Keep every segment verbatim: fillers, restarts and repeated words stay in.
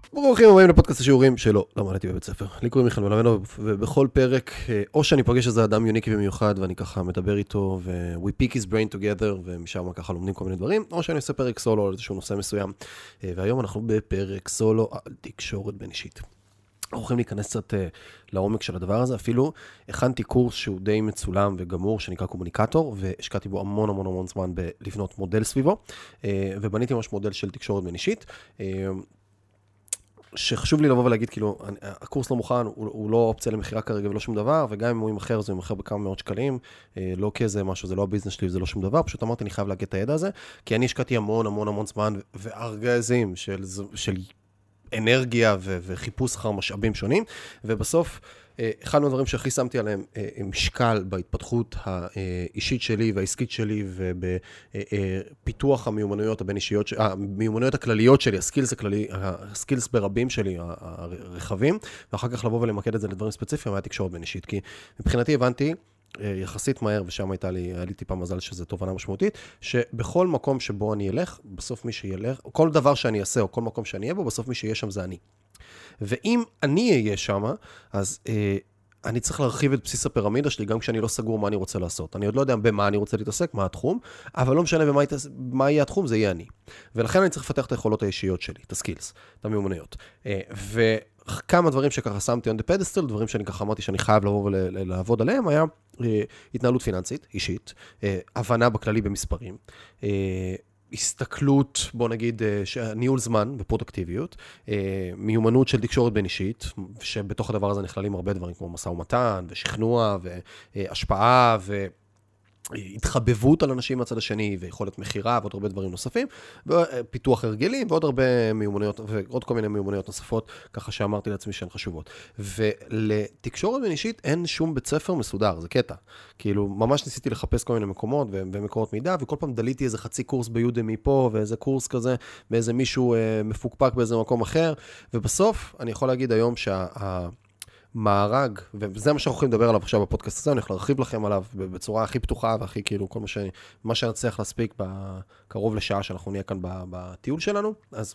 ברוכים הבאים לפודקאסט השיעורים שלא למדתי בבית ספר. לי קוראים מיכאל מלמד, ובכל פרק, או שאני פוגש איזה אדם יוניקי במיוחד, ואני ככה מדבר איתו, ו-we pick his brain together, ומשם ככה לומדים כל מיני דברים, או שאני עושה פרק סולו על איזשהו נושא מסוים. והיום אנחנו בפרק סולו על תקשורת בין אישית. אנחנו הולכים להיכנס קצת לעומק של הדבר הזה, אפילו הכנתי קורס שהוא די מצולם וגמור, שנקרא קומוניקטור, והשקעתי בו המון המון המון זמן בלבנות מודל סביבו, ובניתי ממש מודל של תקשורת בין אישית. שחשוב לי לבוא ולהגיד, כאילו, הקורס לא מוכן, הוא, הוא לא אופציה למחירה כרגע ולא שום דבר, וגם אם הוא ימחר, אז הוא ימחר בכמה מאות שקלים, לא כאיזה משהו, זה לא הביזנס שלי, זה לא שום דבר, פשוט אמרתי, אני חייב להגיד את הידע הזה, כי אני השקעתי המון המון המון זמן, וארגזים של, של אנרגיה ו, וחיפוש אחר משאבים שונים, ובסוף, אחד מהדברים שהכי שמתי עליהם משקל בהתפתחות האישית שלי והעסקית שלי ובפיתוח המיומנויות הבין-אישיות, המיומנויות הכלליות שלי, הסקילס הכללי, הסקילס ברבים שלי, הרחבים, ואחר כך לבוא ולמקד את זה לדברים ספציפיים, היה תקשורת בין-אישית, כי מבחינתי הבנתי, יחסית מהר, ושם הייתה לי, היה לי טיפה מזל שזה תובנה משמעותית, שבכל מקום שבו אני אלך, בסוף מי שילך, כל דבר שאני אעשה, או כל מקום שאני אהיה בו, בסוף מי שיהיה שם זה אני. ואם אני אהיה שם, אז אה, אני צריך להרחיב את בסיס הפירמידה שלי, גם כשאני לא סגור מה אני רוצה לעשות. אני עוד לא יודע במה אני רוצה להתעסק, מה התחום, אבל לא משנה במה יתעס... מה יהיה התחום, זה יהיה אני. ולכן אני צריך לפתח את היכולות האישיות שלי, את הסקילס, את המיומנויות. אה, וכמה דברים שככה שמתי on the pedestal, דברים שאני ככה אמרתי שאני חייב לבוא ולעבוד עליהם, היה אה, התנהלות פיננסית, אישית, אה, הבנה בכללי במספרים, אה, הסתכלות, בוא נגיד, ניהול זמן ופרודקטיביות, מיומנות של תקשורת בין אישית, שבתוך הדבר הזה נכללים הרבה דברים כמו משא ומתן ושכנוע והשפעה והתחבבות על אנשים מהצד השני ויכולת מחירה ועוד הרבה דברים נוספים, ופיתוח הרגלים ועוד הרבה מיומנויות ועוד כל מיני מיומנויות נוספות, ככה שאמרתי לעצמי שהן חשובות. ולתקשורת בין אישית אין שום בית ספר מסודר, זה קטע. כאילו, ממש ניסיתי לחפש כל מיני מקומות ומקורות מידע, וכל פעם דליתי איזה חצי קורס ביודמי פה, ואיזה קורס כזה, באיזה מישהו מפוקפק באיזה מקום אחר, ובסוף אני יכול להגיד היום שה... מארג, וזה מה שאנחנו יכולים לדבר עליו עכשיו בפודקאסט הזה, אני יכול להרחיב לכם עליו בצורה הכי פתוחה והכי כאילו כל מה ש... מה שנצליח להספיק בקרוב לשעה שאנחנו נהיה כאן בטיול שלנו. אז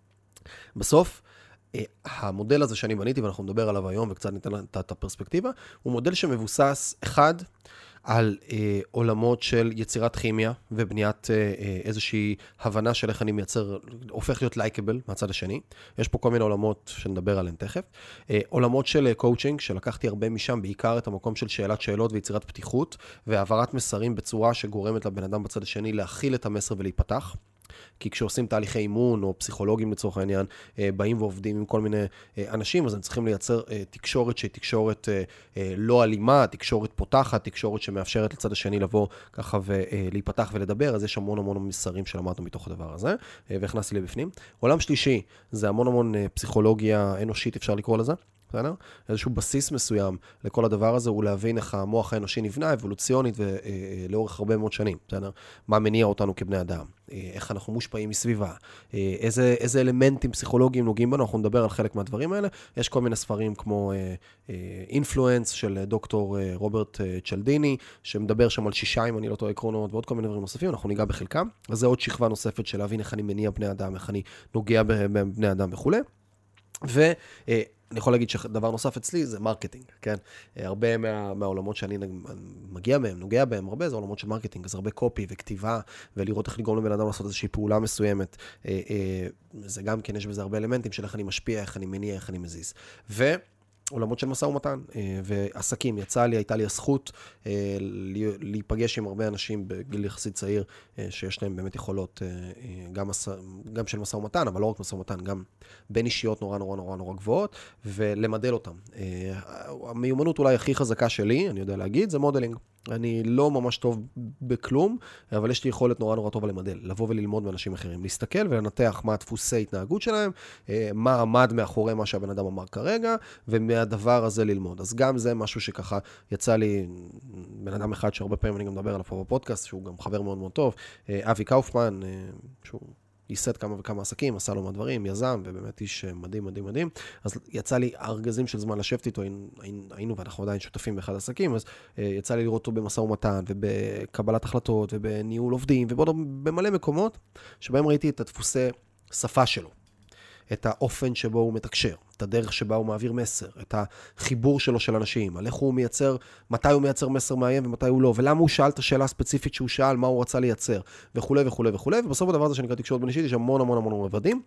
בסוף, המודל הזה שאני בניתי ואנחנו נדבר עליו היום וקצת ניתן את הפרספקטיבה, הוא מודל שמבוסס אחד על אה, עולמות של יצירת כימיה ובניית אה, איזושהי הבנה של איך אני מייצר, הופך להיות לייקבל מהצד השני. יש פה כל מיני עולמות שנדבר עליהן תכף. אה, עולמות של קואוצ'ינג, שלקחתי הרבה משם, בעיקר את המקום של שאלת שאלות ויצירת פתיחות, והעברת מסרים בצורה שגורמת לבן אדם בצד השני להכיל את המסר ולהיפתח. כי כשעושים תהליכי אימון או פסיכולוגים לצורך העניין, באים ועובדים עם כל מיני אנשים, אז הם צריכים לייצר תקשורת שהיא תקשורת לא אלימה, תקשורת פותחת, תקשורת שמאפשרת לצד השני לבוא ככה ולהיפתח ולדבר, אז יש המון המון מסרים שלמדנו מתוך הדבר הזה, והכנסתי לבפנים. עולם שלישי, זה המון המון פסיכולוגיה אנושית, אפשר לקרוא לזה. בסדר? איזשהו בסיס מסוים לכל הדבר הזה, הוא להבין איך המוח האנושי נבנה, אבולוציונית ולאורך הרבה מאוד שנים. בסדר? מה מניע אותנו כבני אדם? איך אנחנו מושפעים מסביבה? איזה, איזה אלמנטים פסיכולוגיים נוגעים בנו? אנחנו נדבר על חלק מהדברים האלה. יש כל מיני ספרים כמו אינפלואנס של דוקטור רוברט צ'לדיני, שמדבר שם על שישה, אם אני לא טועה, עקרונות, ועוד כל מיני דברים נוספים. אנחנו ניגע בחלקם. אז זה עוד שכבה נוספת של להבין איך אני מניע בני אדם, איך אני נוגע בבני אדם וכו'. ו אני יכול להגיד שדבר נוסף אצלי זה מרקטינג, כן? הרבה מה, מהעולמות שאני מגיע מהם, נוגע בהם הרבה, זה עולמות של מרקטינג, אז הרבה קופי וכתיבה, ולראות איך לגרום לבן אדם לעשות איזושהי פעולה מסוימת. זה גם כן, יש בזה הרבה אלמנטים של איך אני משפיע, איך אני מניע, איך אני מזיז. ו... עולמות של משא ומתן ועסקים. יצא לי, הייתה לי הזכות להיפגש עם הרבה אנשים בגיל יחסית צעיר, שיש להם באמת יכולות גם, גם של משא ומתן, אבל לא רק משא ומתן, גם בין אישיות נורא נורא נורא נורא גבוהות, ולמדל אותם. המיומנות אולי הכי חזקה שלי, אני יודע להגיד, זה מודלינג. אני לא ממש טוב בכלום, אבל יש לי יכולת נורא נורא טובה למדל, לבוא וללמוד מאנשים אחרים, להסתכל ולנתח מה דפוסי התנהגות שלהם, מה עמד מאחורי מה שהבן אדם אמר כרגע, ומהדבר הזה ללמוד. אז גם זה משהו שככה יצא לי, בן אדם אחד שהרבה פעמים אני גם מדבר עליו פה בפודקאסט, שהוא גם חבר מאוד מאוד טוב, אבי קאופמן, שהוא ייסד כמה וכמה עסקים, עשה לו מהדברים, יזם, ובאמת איש מדהים, מדהים, מדהים. אז יצא לי ארגזים של זמן לשבת איתו, היינו ואנחנו עדיין שותפים באחד עסקים, אז יצא לי לראות אותו במשא ומתן, ובקבלת החלטות, ובניהול עובדים, ובמלא מקומות, שבהם ראיתי את הדפוסי שפה שלו. את האופן שבו הוא מתקשר, את הדרך שבה הוא מעביר מסר, את החיבור שלו של אנשים, על איך הוא מייצר, מתי הוא מייצר מסר מאיים ומתי הוא לא, ולמה הוא שאל את השאלה הספציפית שהוא שאל, מה הוא רצה לייצר, וכו' וכו' וכו'. ובסוף הדבר הזה שנקרא תקשורת בין-אישית, יש המון המון המון רבדים,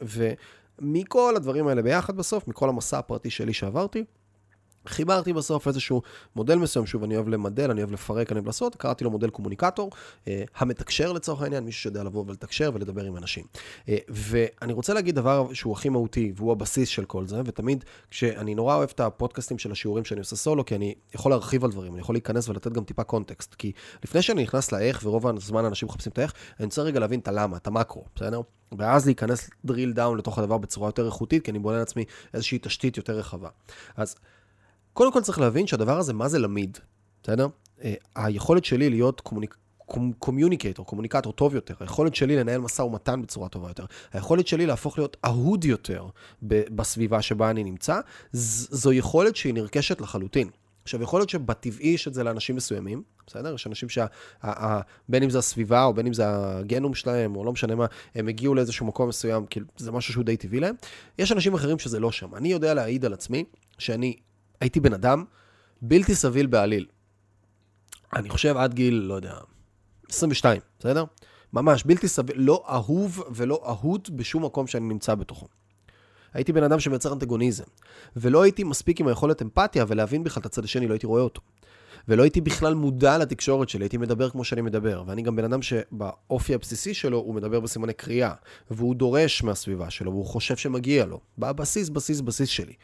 ומכל הדברים האלה ביחד בסוף, מכל המסע הפרטי שלי שעברתי, חיברתי בסוף איזשהו מודל מסוים, שוב, אני אוהב למדל, אני אוהב לפרק, אני אוהב לעשות, קראתי לו מודל קומוניקטור, אה, המתקשר לצורך העניין, מישהו שיודע לבוא ולתקשר ולדבר עם אנשים. אה, ואני רוצה להגיד דבר שהוא הכי מהותי, והוא הבסיס של כל זה, ותמיד כשאני נורא אוהב את הפודקאסטים של השיעורים שאני עושה סולו, כי אני יכול להרחיב על דברים, אני יכול להיכנס ולתת גם טיפה קונטקסט, כי לפני שאני נכנס לאיך, ורוב הזמן אנשים מחפשים את האיך, אני רוצה רגע להבין את הלמה, את המקרו, בסדר? ואז להיכנס drill down לתוך הדבר בצורה יותר איכותית, כי אני בונה לעצמי איזושהי תשתית יותר רחבה. אז קודם כל צריך להבין שהדבר הזה, מה זה למיד, בסדר? היכולת שלי להיות קומיוניקטור, קומוניקטור טוב יותר, היכולת שלי לנהל מסע ומתן בצורה טובה יותר, היכולת שלי להפוך להיות אהוד יותר בסביבה שבה אני נמצא, זו יכולת שהיא נרכשת לחלוטין. עכשיו, יכול להיות שבטבעי יש את זה לאנשים מסוימים, בסדר? יש אנשים שבין אם זה הסביבה, או בין אם זה הגנום שלהם, או לא משנה מה, הם הגיעו לאיזשהו מקום מסוים, כי זה משהו שהוא די טבעי להם. יש אנשים אחרים שזה לא שם. אני יודע להעיד על עצמי שאני הייתי בן אדם בלתי סביל בעליל. אני חושב עד גיל, לא יודע, עשרים ושתיים, בסדר? ממש בלתי סביל, לא אהוב ולא אהוד בשום מקום שאני נמצא בתוכו. הייתי בן אדם שמייצר אנטגוניזם, ולא הייתי מספיק עם היכולת אמפתיה ולהבין בכלל את הצד השני, לא הייתי רואה אותו. ולא הייתי בכלל מודע לתקשורת שלי, הייתי מדבר כמו שאני מדבר, ואני גם בן אדם שבאופי הבסיסי שלו הוא מדבר בסימני קריאה, והוא דורש מהסביבה שלו, והוא חושב שמגיע לו, בבסיס, בסיס, בסיס שלי.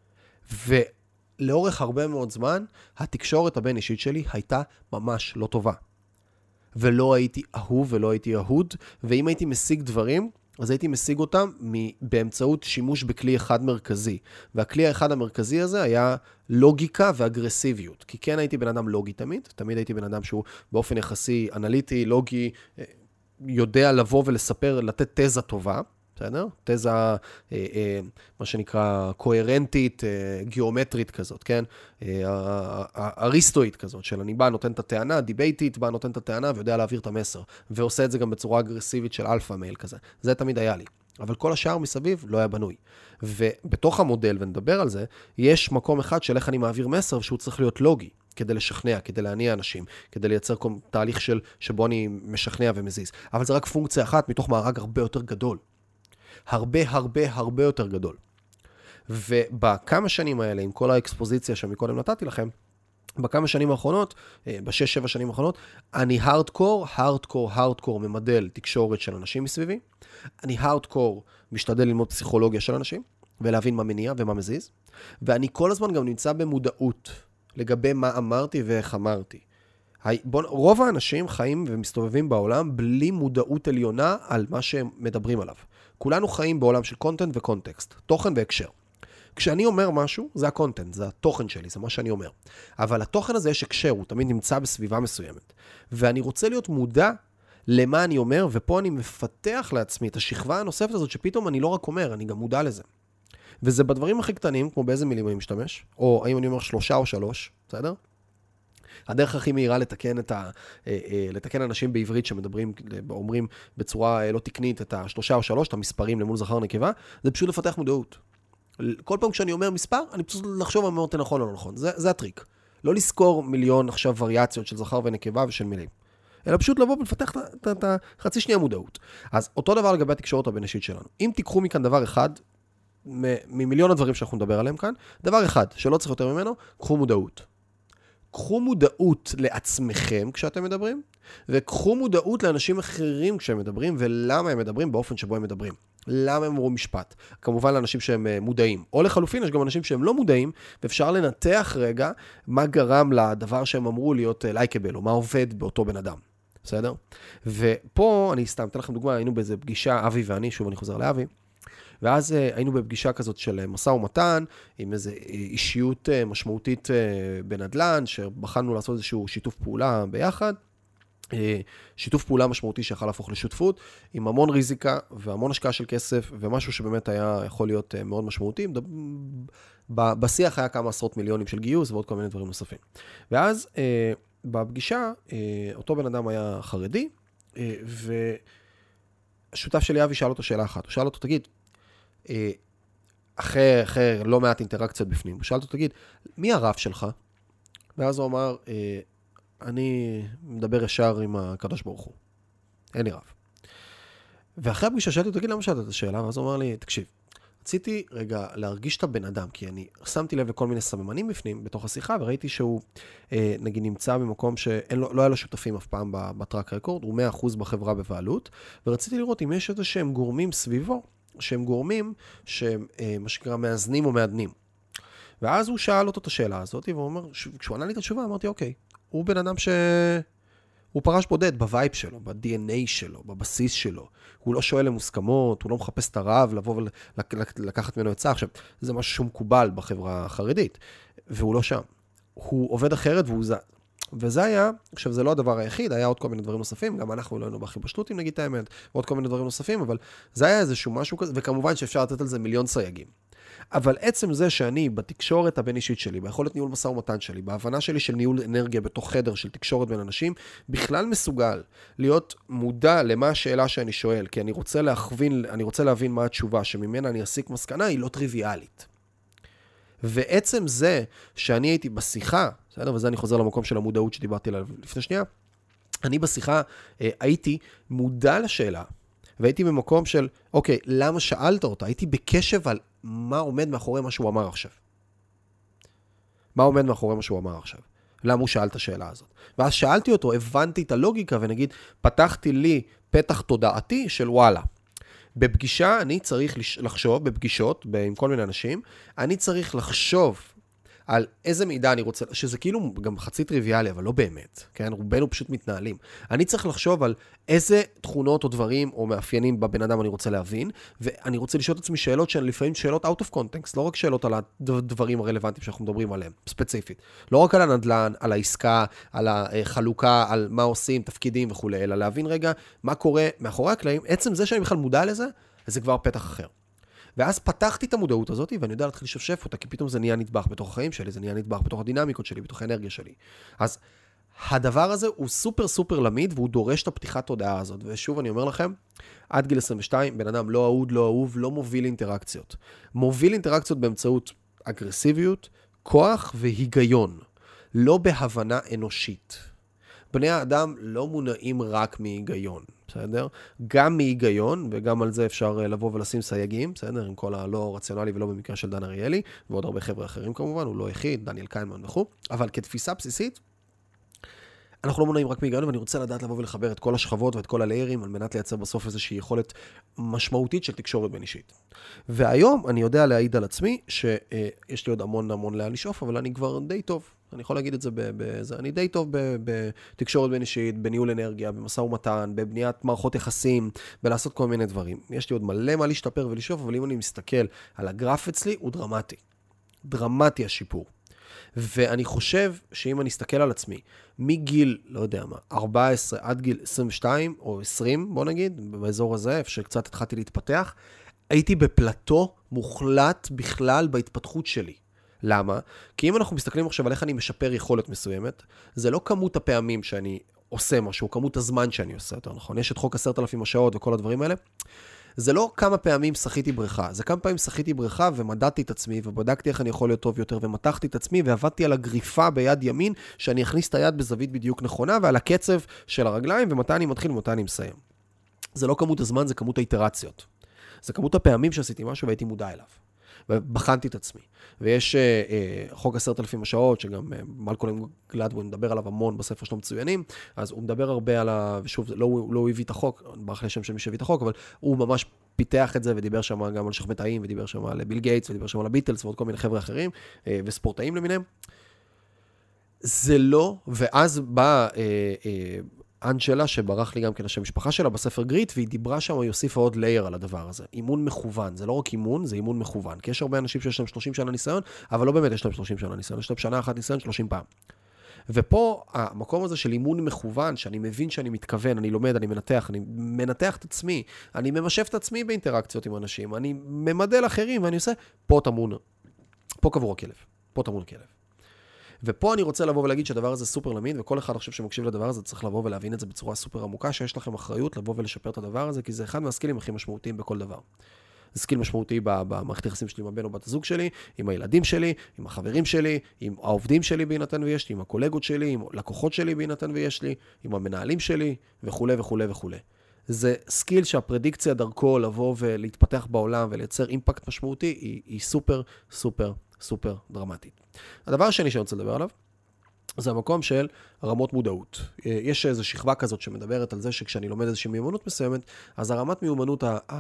ולאורך הרבה מאוד זמן, התקשורת הבין אישית שלי הייתה ממש לא טובה. ולא הייתי אהוב ולא הייתי אהוד, ואם הייתי משיג דברים, אז הייתי משיג אותם באמצעות שימוש בכלי אחד מרכזי. והכלי האחד המרכזי הזה היה לוגיקה ואגרסיביות. כי כן הייתי בן אדם לוגי תמיד, תמיד הייתי בן אדם שהוא באופן יחסי אנליטי, לוגי, יודע לבוא ולספר, לתת תזה טובה, בסדר? תזה, אה, אה, מה שנקרא, קוהרנטית, אה, גיאומטרית כזאת, כן? אה, אריסטואית כזאת, של אני בא נותן את הטענה, דיבייטית, בא נותן את הטענה ויודע להעביר את המסר, ועושה את זה גם בצורה אגרסיבית של אלפא מייל כזה. זה תמיד היה לי. אבל כל השאר מסביב לא היה בנוי. ובתוך המודל, ונדבר על זה, יש מקום אחד של איך אני מעביר מסר, שהוא צריך להיות לוגי. כדי לשכנע, כדי להניע אנשים, כדי לייצר תהליך של, שבו אני משכנע ומזיז. אבל זה רק פונקציה אחת מתוך מארג הרבה יותר גדול. הרבה הרבה הרבה יותר גדול. ובכמה שנים האלה, עם כל האקספוזיציה שמקודם נתתי לכם, בכמה שנים האחרונות, בשש, שבע שנים האחרונות, אני הארדקור, הארדקור, הארדקור ממדל תקשורת של אנשים מסביבי. אני הארדקור משתדל ללמוד פסיכולוגיה של אנשים, ולהבין מה מניע ומה מזיז. ואני כל הזמן גם נמצא במודעות לגבי מה אמרתי ואיך אמרתי. רוב האנשים חיים ומסתובבים בעולם בלי מודעות עליונה על מה שהם מדברים עליו. כולנו חיים בעולם של קונטנט וקונטקסט, תוכן והקשר. כשאני אומר משהו, זה הקונטנט, זה התוכן שלי, זה מה שאני אומר. אבל התוכן הזה יש הקשר, הוא תמיד נמצא בסביבה מסוימת. ואני רוצה להיות מודע למה אני אומר, ופה אני מפתח לעצמי את השכבה הנוספת הזאת, שפתאום אני לא רק אומר, אני גם מודע לזה. וזה בדברים הכי קטנים, כמו באיזה מילים אני משתמש, או האם אני אומר שלושה או שלוש, בסדר? הדרך הכי מהירה לתקן את ה, לתקן אנשים בעברית שמדברים, אומרים בצורה לא תקנית את השלושה או שלוש, את המספרים למול זכר נקבה, זה פשוט לפתח מודעות. כל פעם כשאני אומר מספר, אני פשוט לחשוב מה אותי נכון או לא נכון. זה, זה הטריק. לא לזכור מיליון עכשיו וריאציות של זכר ונקבה ושל מילים. אלא פשוט לבוא ולפתח את החצי שנייה מודעות. אז אותו דבר לגבי התקשורת הבין-אישית שלנו. אם תיקחו מכאן דבר אחד, ממיליון הדברים שאנחנו נדבר עליהם כאן, דבר אחד שלא צריך יותר ממנו, קחו מודעות. קחו מודעות לעצמכם כשאתם מדברים, וקחו מודעות לאנשים אחרים כשהם מדברים, ולמה הם מדברים באופן שבו הם מדברים. למה הם אמרו משפט? כמובן לאנשים שהם מודעים. או לחלופין, יש גם אנשים שהם לא מודעים, ואפשר לנתח רגע מה גרם לדבר שהם אמרו להיות לייקבל, או מה עובד באותו בן אדם. בסדר? ופה, אני סתם, אתן לכם דוגמה, היינו באיזה פגישה, אבי ואני, שוב אני חוזר לאבי, ואז היינו בפגישה כזאת של מסע ומתן, עם איזו אישיות משמעותית בנדלן, שבחרנו לעשות איזשהו שיתוף פעולה ביחד, שיתוף פעולה משמעותי שיכול להפוך לשותפות, עם המון ריזיקה והמון השקעה של כסף, ומשהו שבאמת היה יכול להיות מאוד משמעותי. בשיח היה כמה עשרות מיליונים של גיוס, ועוד כל מיני דברים נוספים. ואז בפגישה, אותו בן אדם היה חרדי, והשותף שלי אבי שאל אותו שאלה אחת. הוא שאל אותו, תגיד, אחרי, אחרי לא מעט אינטראקציות בפנים, שאלת אותו, תגיד, מי הרב שלך? ואז הוא אמר, אני מדבר ישר עם הקדוש ברוך הוא. אין לי רב. ואחרי הפגישה שאלתי אותו, תגיד, למה שאלת את השאלה? ואז הוא אמר לי, תקשיב, רציתי רגע להרגיש את הבן אדם, כי אני שמתי לב לכל מיני סממנים בפנים, בתוך השיחה, וראיתי שהוא, אה, נגיד, נמצא במקום שלא היה לו שותפים אף פעם בטראק רקורד, הוא מאה אחוז בחברה בבעלות, ורציתי לראות אם יש איזה שהם גורמים סביבו, שהם גורמים שהם, אה, מה שקרה, מאזנים או מעדנים. ואז הוא שאל אותו את השאלה הזאת, והוא אומר, כשהוא ענה לי את התשובה, אמרתי, אוקיי, הוא בן אדם ש... הוא פרש בודד בווייב שלו, ב-די אן איי שלו, בבסיס שלו. הוא לא שואל למוסכמות, הוא לא מחפש את הרב, לבוא ולקחת ממנו עצה. עכשיו, זה משהו שהוא מקובל בחברה החרדית, והוא לא שם. הוא עובד אחרת והוא זה. וזה היה, עכשיו זה לא הדבר היחיד, היה עוד כל מיני דברים נוספים, גם אנחנו לא היינו בהכי בשלוטים, נגיד את האמת, ועוד כל מיני דברים נוספים, אבל זה היה איזשהו משהו כזה, וכמובן שאפשר לתת על זה מיליון סייגים. אבל עצם זה שאני, בתקשורת הבין אישית שלי, ביכולת ניהול משא ומתן שלי, בהבנה שלי של ניהול אנרגיה בתוך חדר של תקשורת בין אנשים, בכלל מסוגל להיות מודע למה השאלה שאני שואל, כי אני רוצה להכווין, אני רוצה להבין מה התשובה, שממנה אני אסיק מסקנה, היא לא טריוויאלית. ועצם זה שאני הייתי בשיחה, בסדר? וזה אני חוזר למקום של המודעות שדיברתי עליו לפני שנייה, אני בשיחה הייתי מודע לשאלה, והייתי במקום של, אוקיי, למה שאלת אותה? הייתי בקשב על מה עומד מאחורי מה שהוא אמר עכשיו. מה עומד מאחורי מה שהוא אמר עכשיו? למה הוא שאל את השאלה הזאת? ואז שאלתי אותו, הבנתי את הלוגיקה, ונגיד, פתחתי לי פתח תודעתי של וואלה. בפגישה אני צריך לחשוב, בפגישות עם כל מיני אנשים, אני צריך לחשוב על איזה מידע אני רוצה, שזה כאילו גם חצי טריוויאלי, אבל לא באמת, כן? רובנו פשוט מתנהלים. אני צריך לחשוב על איזה תכונות או דברים או מאפיינים בבן אדם אני רוצה להבין, ואני רוצה לשאול את עצמי שאלות שהן לפעמים שאלות out of context, לא רק שאלות על הדברים הרלוונטיים שאנחנו מדברים עליהם, ספציפית. לא רק על הנדלן, על העסקה, על החלוקה, על מה עושים, תפקידים וכו', אלא להבין רגע מה קורה מאחורי הקלעים. עצם זה שאני בכלל מודע לזה, זה כבר פתח אחר. ואז פתחתי את המודעות הזאת, ואני יודע להתחיל לשפשף אותה, כי פתאום זה נהיה נדבך בתוך החיים שלי, זה נהיה נדבך בתוך הדינמיקות שלי, בתוך האנרגיה שלי. אז הדבר הזה הוא סופר סופר למיד, והוא דורש את הפתיחת תודעה הזאת. ושוב אני אומר לכם, עד גיל עשרים ושתיים, בן אדם לא אהוד, לא אהוב, לא מוביל אינטראקציות. מוביל אינטראקציות באמצעות אגרסיביות, כוח והיגיון, לא בהבנה אנושית. בני האדם לא מונעים רק מהיגיון, בסדר? גם מהיגיון, וגם על זה אפשר לבוא ולשים סייגים, בסדר? עם כל הלא רציונלי ולא במקרה של דן אריאלי, ועוד הרבה חבר'ה אחרים כמובן, הוא לא יחיד, דניאל קיינמן וכו', אבל כתפיסה בסיסית, אנחנו לא מונעים רק מהיגיון, ואני רוצה לדעת לבוא ולחבר את כל השכבות ואת כל הליירים, על מנת לייצר בסוף איזושהי יכולת משמעותית של תקשורת בין אישית. והיום אני יודע להעיד על עצמי, שיש לי עוד המון המון לאן לשאוף, אבל אני כבר די טוב. אני יכול להגיד את זה בזה. אני די טוב בתקשורת בין אישית, בניהול אנרגיה, במשא ומתן, בבניית מערכות יחסים, בלעשות כל מיני דברים. יש לי עוד מלא מה להשתפר ולשאוף, אבל אם אני מסתכל על הגרף אצלי, הוא דרמטי. דרמטי השיפור. ואני חושב שאם אני אסתכל על עצמי, מגיל, לא יודע מה, ארבע עשרה עד גיל עשרים ושתיים או עשרים, בוא נגיד, באזור הזה, איפה שקצת התחלתי להתפתח, הייתי בפלטו מוחלט בכלל בהתפתחות שלי. למה? כי אם אנחנו מסתכלים עכשיו על איך אני משפר יכולת מסוימת, זה לא כמות הפעמים שאני עושה משהו, כמות הזמן שאני עושה, יותר נכון. יש את חוק עשרת אלפים השעות וכל הדברים האלה. זה לא כמה פעמים שחיתי בריכה, זה כמה פעמים שחיתי בריכה ומדדתי את עצמי ובדקתי איך אני יכול להיות טוב יותר ומתחתי את עצמי ועבדתי על הגריפה ביד ימין שאני אכניס את היד בזווית בדיוק נכונה ועל הקצב של הרגליים ומתי אני מתחיל ומתי אני מסיים. זה לא כמות הזמן, זה כמות האיטרציות. זה כמות הפעמים שעשיתי משהו והייתי מודע אליו. ובחנתי את עצמי. ויש אה, אה, חוק עשרת אלפים השעות, שגם אה, מלקולם גלדוין מדבר עליו המון בספר שלו מצוינים, אז הוא מדבר הרבה על ה... ושוב, לא, לא הוא הביא את החוק, ברח לשם של מי שהביא את החוק, אבל הוא ממש פיתח את זה, ודיבר שם גם על שחמטאים, ודיבר שם על ביל גייטס, ודיבר שם על הביטלס, ועוד כל מיני חבר'ה אחרים, אה, וספורטאים למיניהם. זה לא, ואז בא... אה, אה, אנג'לה שברח לי גם כן השם משפחה שלה בספר גריט, והיא דיברה שם, היא הוסיפה עוד לייר על הדבר הזה. אימון מכוון, זה לא רק אימון, זה אימון מכוון. כי יש הרבה אנשים שיש להם שלושים שנה ניסיון, אבל לא באמת יש להם שלושים שנה ניסיון, יש להם שנה אחת ניסיון, שלושים פעם. ופה המקום הזה של אימון מכוון, שאני מבין שאני מתכוון, אני לומד, אני מנתח, אני מנתח את עצמי, אני ממשף את עצמי באינטראקציות עם אנשים, אני ממדל אחרים, ואני עושה, פה תמון, פה קבור הכלב, פה תמון הכלב. ופה אני רוצה לבוא ולהגיד שהדבר הזה סופר למין, וכל אחד עכשיו שמקשיב לדבר הזה צריך לבוא ולהבין את זה בצורה סופר עמוקה, שיש לכם אחריות לבוא ולשפר את הדבר הזה, כי זה אחד מהסקילים הכי משמעותיים בכל דבר. זה סקיל משמעותי במערכת היחסים שלי עם הבן או בת הזוג שלי, עם הילדים שלי, עם החברים שלי, עם העובדים שלי בהינתן ויש לי, עם הקולגות שלי, עם לקוחות שלי בהינתן ויש לי, עם המנהלים שלי, וכו' וכו' וכו'. זה סקיל שהפרדיקציה דרכו לבוא ולהתפתח בעולם ולייצר אימפקט משמעותי, היא, היא סופר, סופר, סופר דרמטית. הדבר השני שאני רוצה לדבר עליו, זה המקום של רמות מודעות. יש איזו שכבה כזאת שמדברת על זה שכשאני לומד איזושהי מיומנות מסוימת, אז הרמת מיומנות,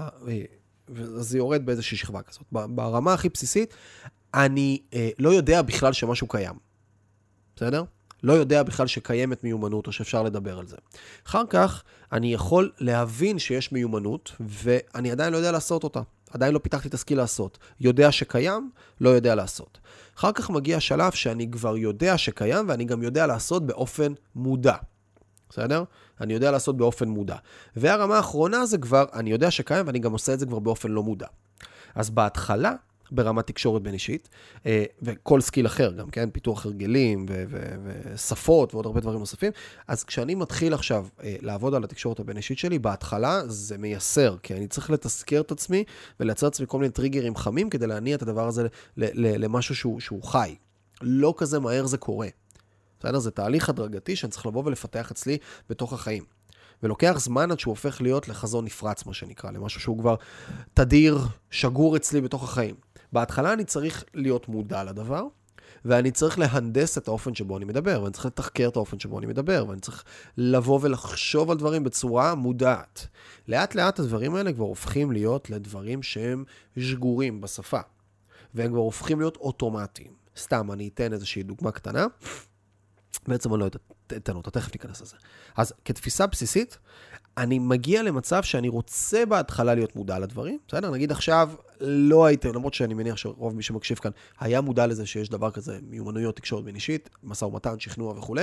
זה יורד באיזושהי שכבה כזאת. ברמה הכי בסיסית, אני לא יודע בכלל שמשהו קיים. בסדר? לא יודע בכלל שקיימת מיומנות או שאפשר לדבר על זה. אחר כך, אני יכול להבין שיש מיומנות, ואני עדיין לא יודע לעשות אותה. עדיין לא פיתחתי את הסקיל לעשות. יודע שקיים, לא יודע לעשות. אחר כך מגיע השלב שאני כבר יודע שקיים, ואני גם יודע לעשות באופן מודע. בסדר? אני יודע לעשות באופן מודע. והרמה האחרונה זה כבר, אני יודע שקיים, ואני גם עושה את זה כבר באופן לא מודע. אז בהתחלה, ברמת תקשורת בין אישית, וכל סקיל אחר גם, כן? פיתוח הרגלים ו- ו- ושפות ועוד הרבה דברים נוספים. אז כשאני מתחיל עכשיו לעבוד על התקשורת הבין אישית שלי, בהתחלה זה מייסר, כי אני צריך לתזכר את עצמי ולייצר עצמי כל מיני טריגרים חמים כדי להניע את הדבר הזה ל- ל- למשהו שהוא, שהוא חי. לא כזה מהר זה קורה. בסדר? זה תהליך הדרגתי שאני צריך לבוא ולפתח אצלי בתוך החיים. ולוקח זמן עד שהוא הופך להיות לחזון נפרץ, מה שנקרא, למשהו שהוא כבר תדיר, שגור אצלי בתוך החיים. בהתחלה אני צריך להיות מודע לדבר, ואני צריך להנדס את האופן שבו אני מדבר, ואני צריך לתחקר את האופן שבו אני מדבר, ואני צריך לבוא ולחשוב על דברים בצורה מודעת. לאט לאט הדברים האלה כבר הופכים להיות לדברים שהם שגורים בשפה, והם כבר הופכים להיות אוטומטיים. סתם, אני אתן איזושהי דוגמה קטנה, בעצם אני לא אתן אותה, תכף ניכנס לזה. אז כתפיסה בסיסית, אני מגיע למצב שאני רוצה בהתחלה להיות מודע לדברים, בסדר? נגיד עכשיו, לא הייתי, למרות שאני מניח שרוב מי שמקשיב כאן, היה מודע לזה שיש דבר כזה, מיומנויות, תקשורת בין אישית, משא ומתן, שכנוע וכו',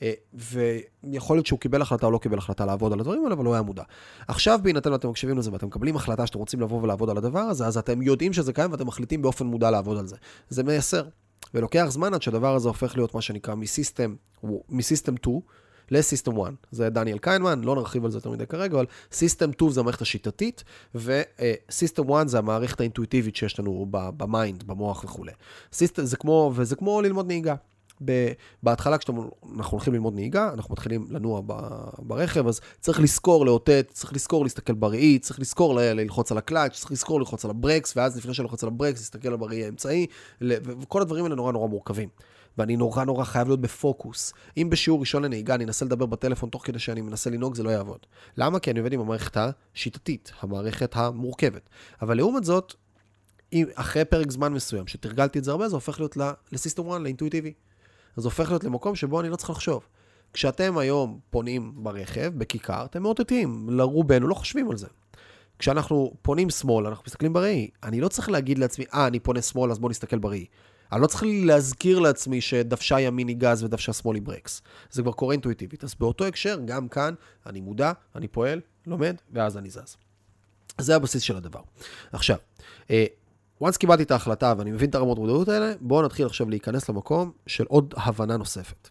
ויכול להיות שהוא קיבל החלטה או לא קיבל החלטה לעבוד על הדברים האלה, אבל לא היה מודע. עכשיו בהינתן ואתם מקשיבים לזה, ואתם מקבלים החלטה שאתם רוצים לבוא ולעבוד על הדבר הזה, אז אתם יודעים שזה קיים ואתם מחליטים באופן מודע לעבוד על זה. זה מייסר. ולוקח זמן עד שהדבר הזה הופך להיות מה שנקרא מסיסטם, מסיסטם שתיים לסיסטם אחת. זה דניאל קיינמן, לא נרחיב על זה יותר מדי כרגע, אבל סיסטם שתיים זה המערכת השיטתית, וסיסטם אחת זה המערכת האינטואיטיבית שיש לנו במיינד, במוח וכו'. זה כמו, וזה כמו ללמוד נהיגה. בהתחלה כשאנחנו הולכים ללמוד נהיגה, אנחנו מתחילים לנוע ברכב, אז צריך לזכור לאותת, צריך לזכור להסתכל בראי, צריך לזכור ללחוץ על הקלאץ', צריך לזכור ללחוץ על הברקס, ואז לפני שלחוץ על הברקס, להסתכל על בראי האמצעי, וכל הדברים האלה נורא נורא מורכבים. ואני נורא נורא חייב להיות בפוקוס. אם בשיעור ראשון לנהיגה אני אנסה לדבר בטלפון תוך כדי שאני מנסה לנהוג, זה לא יעבוד. למה? כי אני עובד עם המערכת השיטתית, המערכת המורכבת. אבל לעומת זאת, אחרי פרק זמן מסוים, שתרגלתי את זה הרבה, זה הופך להיות לסיסטם אחת, לאינטואיטיבי. אז זה הופך להיות למקום שבו אני לא צריך לחשוב. כשאתם היום פונים ברכב, בכיכר, אתם מאותתים, לרובנו לא חושבים על זה. כשאנחנו פונים שמאל, אנחנו מסתכלים בראי. אני לא צריך להגיד לעצמי, אה, אני פונה שמאל, אז בוא נסתכל בראי. אני לא צריך להזכיר לעצמי שדוושה ימין היא גז ודוושה שמאל היא ברקס. זה כבר קורה אינטואיטיבית. אז באותו הקשר, גם כאן, אני מודע, אני פועל, לומד, ואז אני זז. זה הבסיס של הדבר. עכשיו, once קיבלתי את ההחלטה ואני מבין את הרמות מודעות האלה, בואו נתחיל עכשיו להיכנס למקום של עוד הבנה נוספת.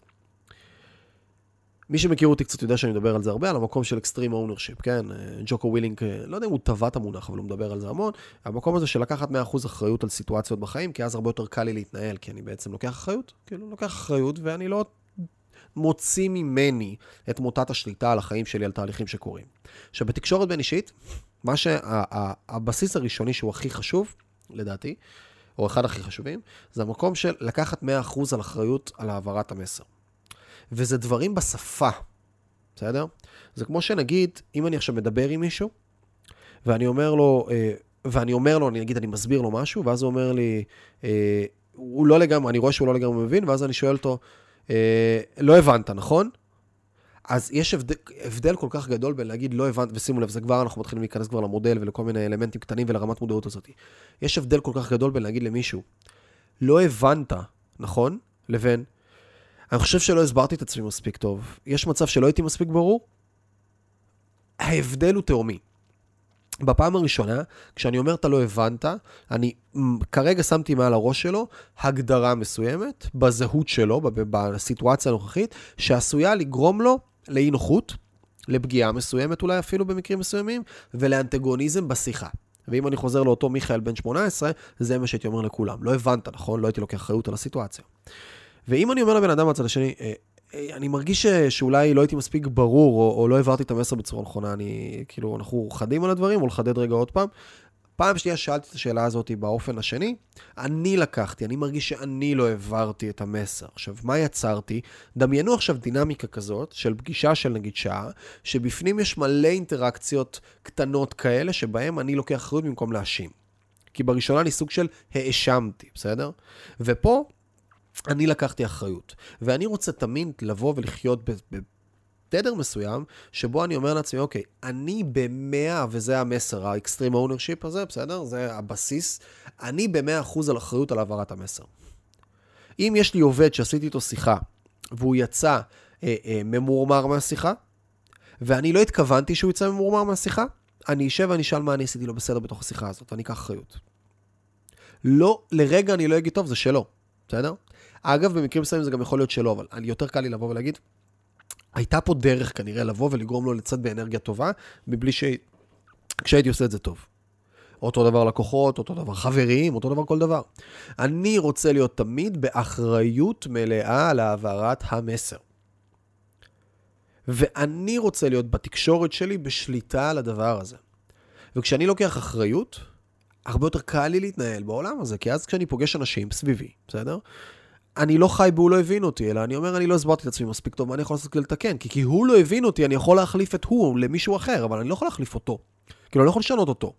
מי שמכיר אותי קצת יודע שאני מדבר על זה הרבה, על המקום של extreme ownership, כן? ג'וקו ווילינג, לא יודע אם הוא טבע את המונח, אבל הוא מדבר על זה המון. המקום הזה של לקחת מאה אחוז אחריות על סיטואציות בחיים, כי אז הרבה יותר קל לי להתנהל, כי אני בעצם לוקח אחריות, כאילו לוקח אחריות, ואני לא מוציא ממני את מוטת השליטה על החיים שלי, על תהליכים שקורים. עכשיו, בתקשורת בין אישית, מה שהבסיס הראשוני שהוא הכי חשוב, לדעתי, או אחד הכי חשובים, זה המקום של לקחת מאה אחוז על אחריות על העברת המסר. וזה דברים בשפה, בסדר? זה כמו שנגיד, אם אני עכשיו מדבר עם מישהו, ואני אומר לו, ואני אומר לו, אני אגיד, אני מסביר לו משהו, ואז הוא אומר לי, הוא לא לגמרי, אני רואה שהוא לא לגמרי מבין, ואז אני שואל אותו, לא הבנת, נכון? אז יש הבדל, הבדל כל כך גדול בין להגיד לא הבנת, ושימו לב, זה כבר אנחנו מתחילים להיכנס כבר למודל ולכל מיני אלמנטים קטנים ולרמת מודעות הזאת. יש הבדל כל כך גדול בין להגיד למישהו, לא הבנת, נכון? לבין, אני חושב שלא הסברתי את עצמי מספיק טוב. יש מצב שלא הייתי מספיק ברור? ההבדל הוא תאומי. בפעם הראשונה, כשאני אומר אתה לא הבנת, אני כרגע שמתי מעל הראש שלו הגדרה מסוימת, בזהות שלו, בסיטואציה הנוכחית, שעשויה לגרום לו לאי נוחות, לפגיעה מסוימת אולי אפילו במקרים מסוימים, ולאנטגוניזם בשיחה. ואם אני חוזר לאותו מיכאל בן שמונה עשרה, זה מה שהייתי אומר לכולם. לא הבנת, נכון? לא הייתי לוקח אחריות על הסיטואציה. ואם אני אומר לבן אדם מהצד השני, אני מרגיש שאולי לא הייתי מספיק ברור, או, או לא העברתי את המסר בצורה נכונה, אני, כאילו, אנחנו חדים על הדברים, או לחדד רגע עוד פעם. פעם שנייה שאלתי את השאלה הזאת באופן השני, אני לקחתי, אני מרגיש שאני לא העברתי את המסר. עכשיו, מה יצרתי? דמיינו עכשיו דינמיקה כזאת, של פגישה של נגיד שעה, שבפנים יש מלא אינטראקציות קטנות כאלה, שבהם אני לוקח אחריות במקום להאשים. כי בראשונה אני סוג של האשמתי, בסדר? ופה אני לקחתי אחריות. ואני רוצה תמיד לבוא ולחיות ב... תדר מסוים, שבו אני אומר לעצמי, אוקיי, אני במאה, וזה המסר, האקסטרים אונרשיפ הזה, בסדר? זה הבסיס, אני במאה אחוז על אחריות על העברת המסר. אם יש לי עובד שעשיתי איתו שיחה, והוא יצא אה, אה, ממורמר מהשיחה, ואני לא התכוונתי שהוא יצא ממורמר מהשיחה, אני אשב ואני אשאל מה אני עשיתי לו בסדר בתוך השיחה הזאת, ואני אקח אחריות. לא, לרגע אני לא אגיד טוב, זה שלו, בסדר? אגב, במקרים מסוימים זה גם יכול להיות שלו, אבל אני יותר קל לי לבוא ולהגיד, הייתה פה דרך כנראה לבוא ולגרום לו לצאת באנרגיה טובה, מבלי ש... כשהייתי עושה את זה טוב. אותו דבר לקוחות, אותו דבר חברים, אותו דבר כל דבר. אני רוצה להיות תמיד באחריות מלאה על העברת המסר. ואני רוצה להיות בתקשורת שלי בשליטה על הדבר הזה. וכשאני לוקח אחריות, הרבה יותר קל לי להתנהל בעולם הזה, כי אז כשאני פוגש אנשים סביבי, בסדר? אני לא חי בו, הוא לא הבין אותי, אלא אני אומר, אני לא הסברתי את עצמי מספיק טוב, מה אני יכול לעשות כדי לתקן? כי, כי הוא לא הבין אותי, אני יכול להחליף את הוא למישהו אחר, אבל אני לא יכול להחליף אותו. כאילו, אני לא יכול לשנות אותו.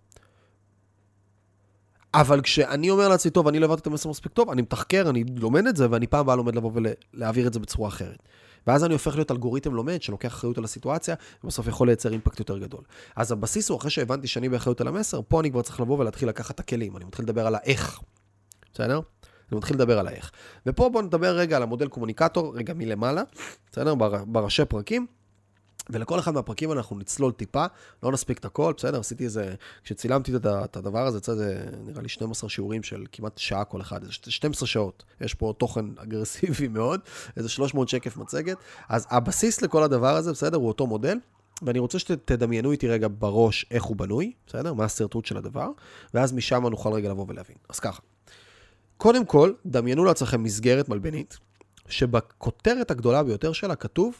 אבל כשאני אומר לעצמי, טוב, אני לא הבנתי את המסר מספיק טוב, אני מתחקר, אני לומד את זה, ואני פעם הבאה לומד לבוא ולהעביר את זה בצורה אחרת. ואז אני הופך להיות אלגוריתם לומד, שלוקח אחריות על הסיטואציה, ובסוף יכול לייצר אימפקט יותר גדול. אז הבסיס הוא, אחרי שהבנתי שאני באחריות על המסר, פה אני כבר צריך לבוא ולהתחיל לקחת את הכלים. אני מתחיל לדבר על האיך. בסדר? אני מתחיל לדבר על האיך. ופה בואו נדבר רגע על המודל קומוניקטור, רגע מלמעלה, בסדר? בראשי פרקים. ולכל אחד מהפרקים אנחנו נצלול טיפה, לא נספיק את הכל, בסדר? עשיתי איזה, כשצילמתי את הדבר הזה, זה נראה לי שנים עשר שיעורים של כמעט שעה כל אחד, שתים עשרה שעות. יש פה תוכן אגרסיבי מאוד, איזה שלוש מאות שקף מצגת. אז הבסיס לכל הדבר הזה, בסדר? הוא אותו מודל. ואני רוצה שתדמיינו איתי רגע בראש איך הוא בנוי, בסדר? מה הסרטוט של הדבר, ואז משם נוכל רגע לבוא ולהבין. אז ככה. קודם כל, דמיינו לעצמכם מסגרת מלבנית, שבכותרת הגדולה ביותר שלה כתוב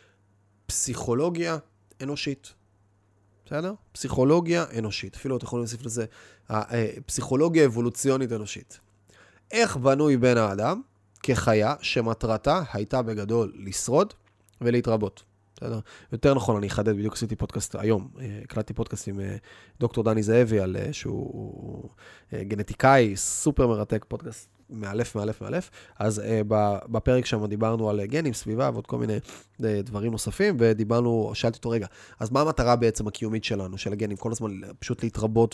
פסיכולוגיה אנושית. בסדר? פסיכולוגיה אנושית. אפילו אתם יכולים להוסיף לזה, פסיכולוגיה אבולוציונית אנושית. איך בנוי בן האדם כחיה שמטרתה הייתה בגדול לשרוד ולהתרבות. בסדר? יותר נכון, אני אחדד, בדיוק עשיתי פודקאסט היום, הקלטתי פודקאסט עם דוקטור דני זאבי, על שהוא גנטיקאי, סופר מרתק, פודקאסט מאלף, מאלף, מאלף. אז בפרק שם דיברנו על גנים, סביבה ועוד כל מיני דברים נוספים, ודיברנו, שאלתי אותו רגע, אז מה המטרה בעצם הקיומית שלנו, של הגנים? כל הזמן פשוט להתרבות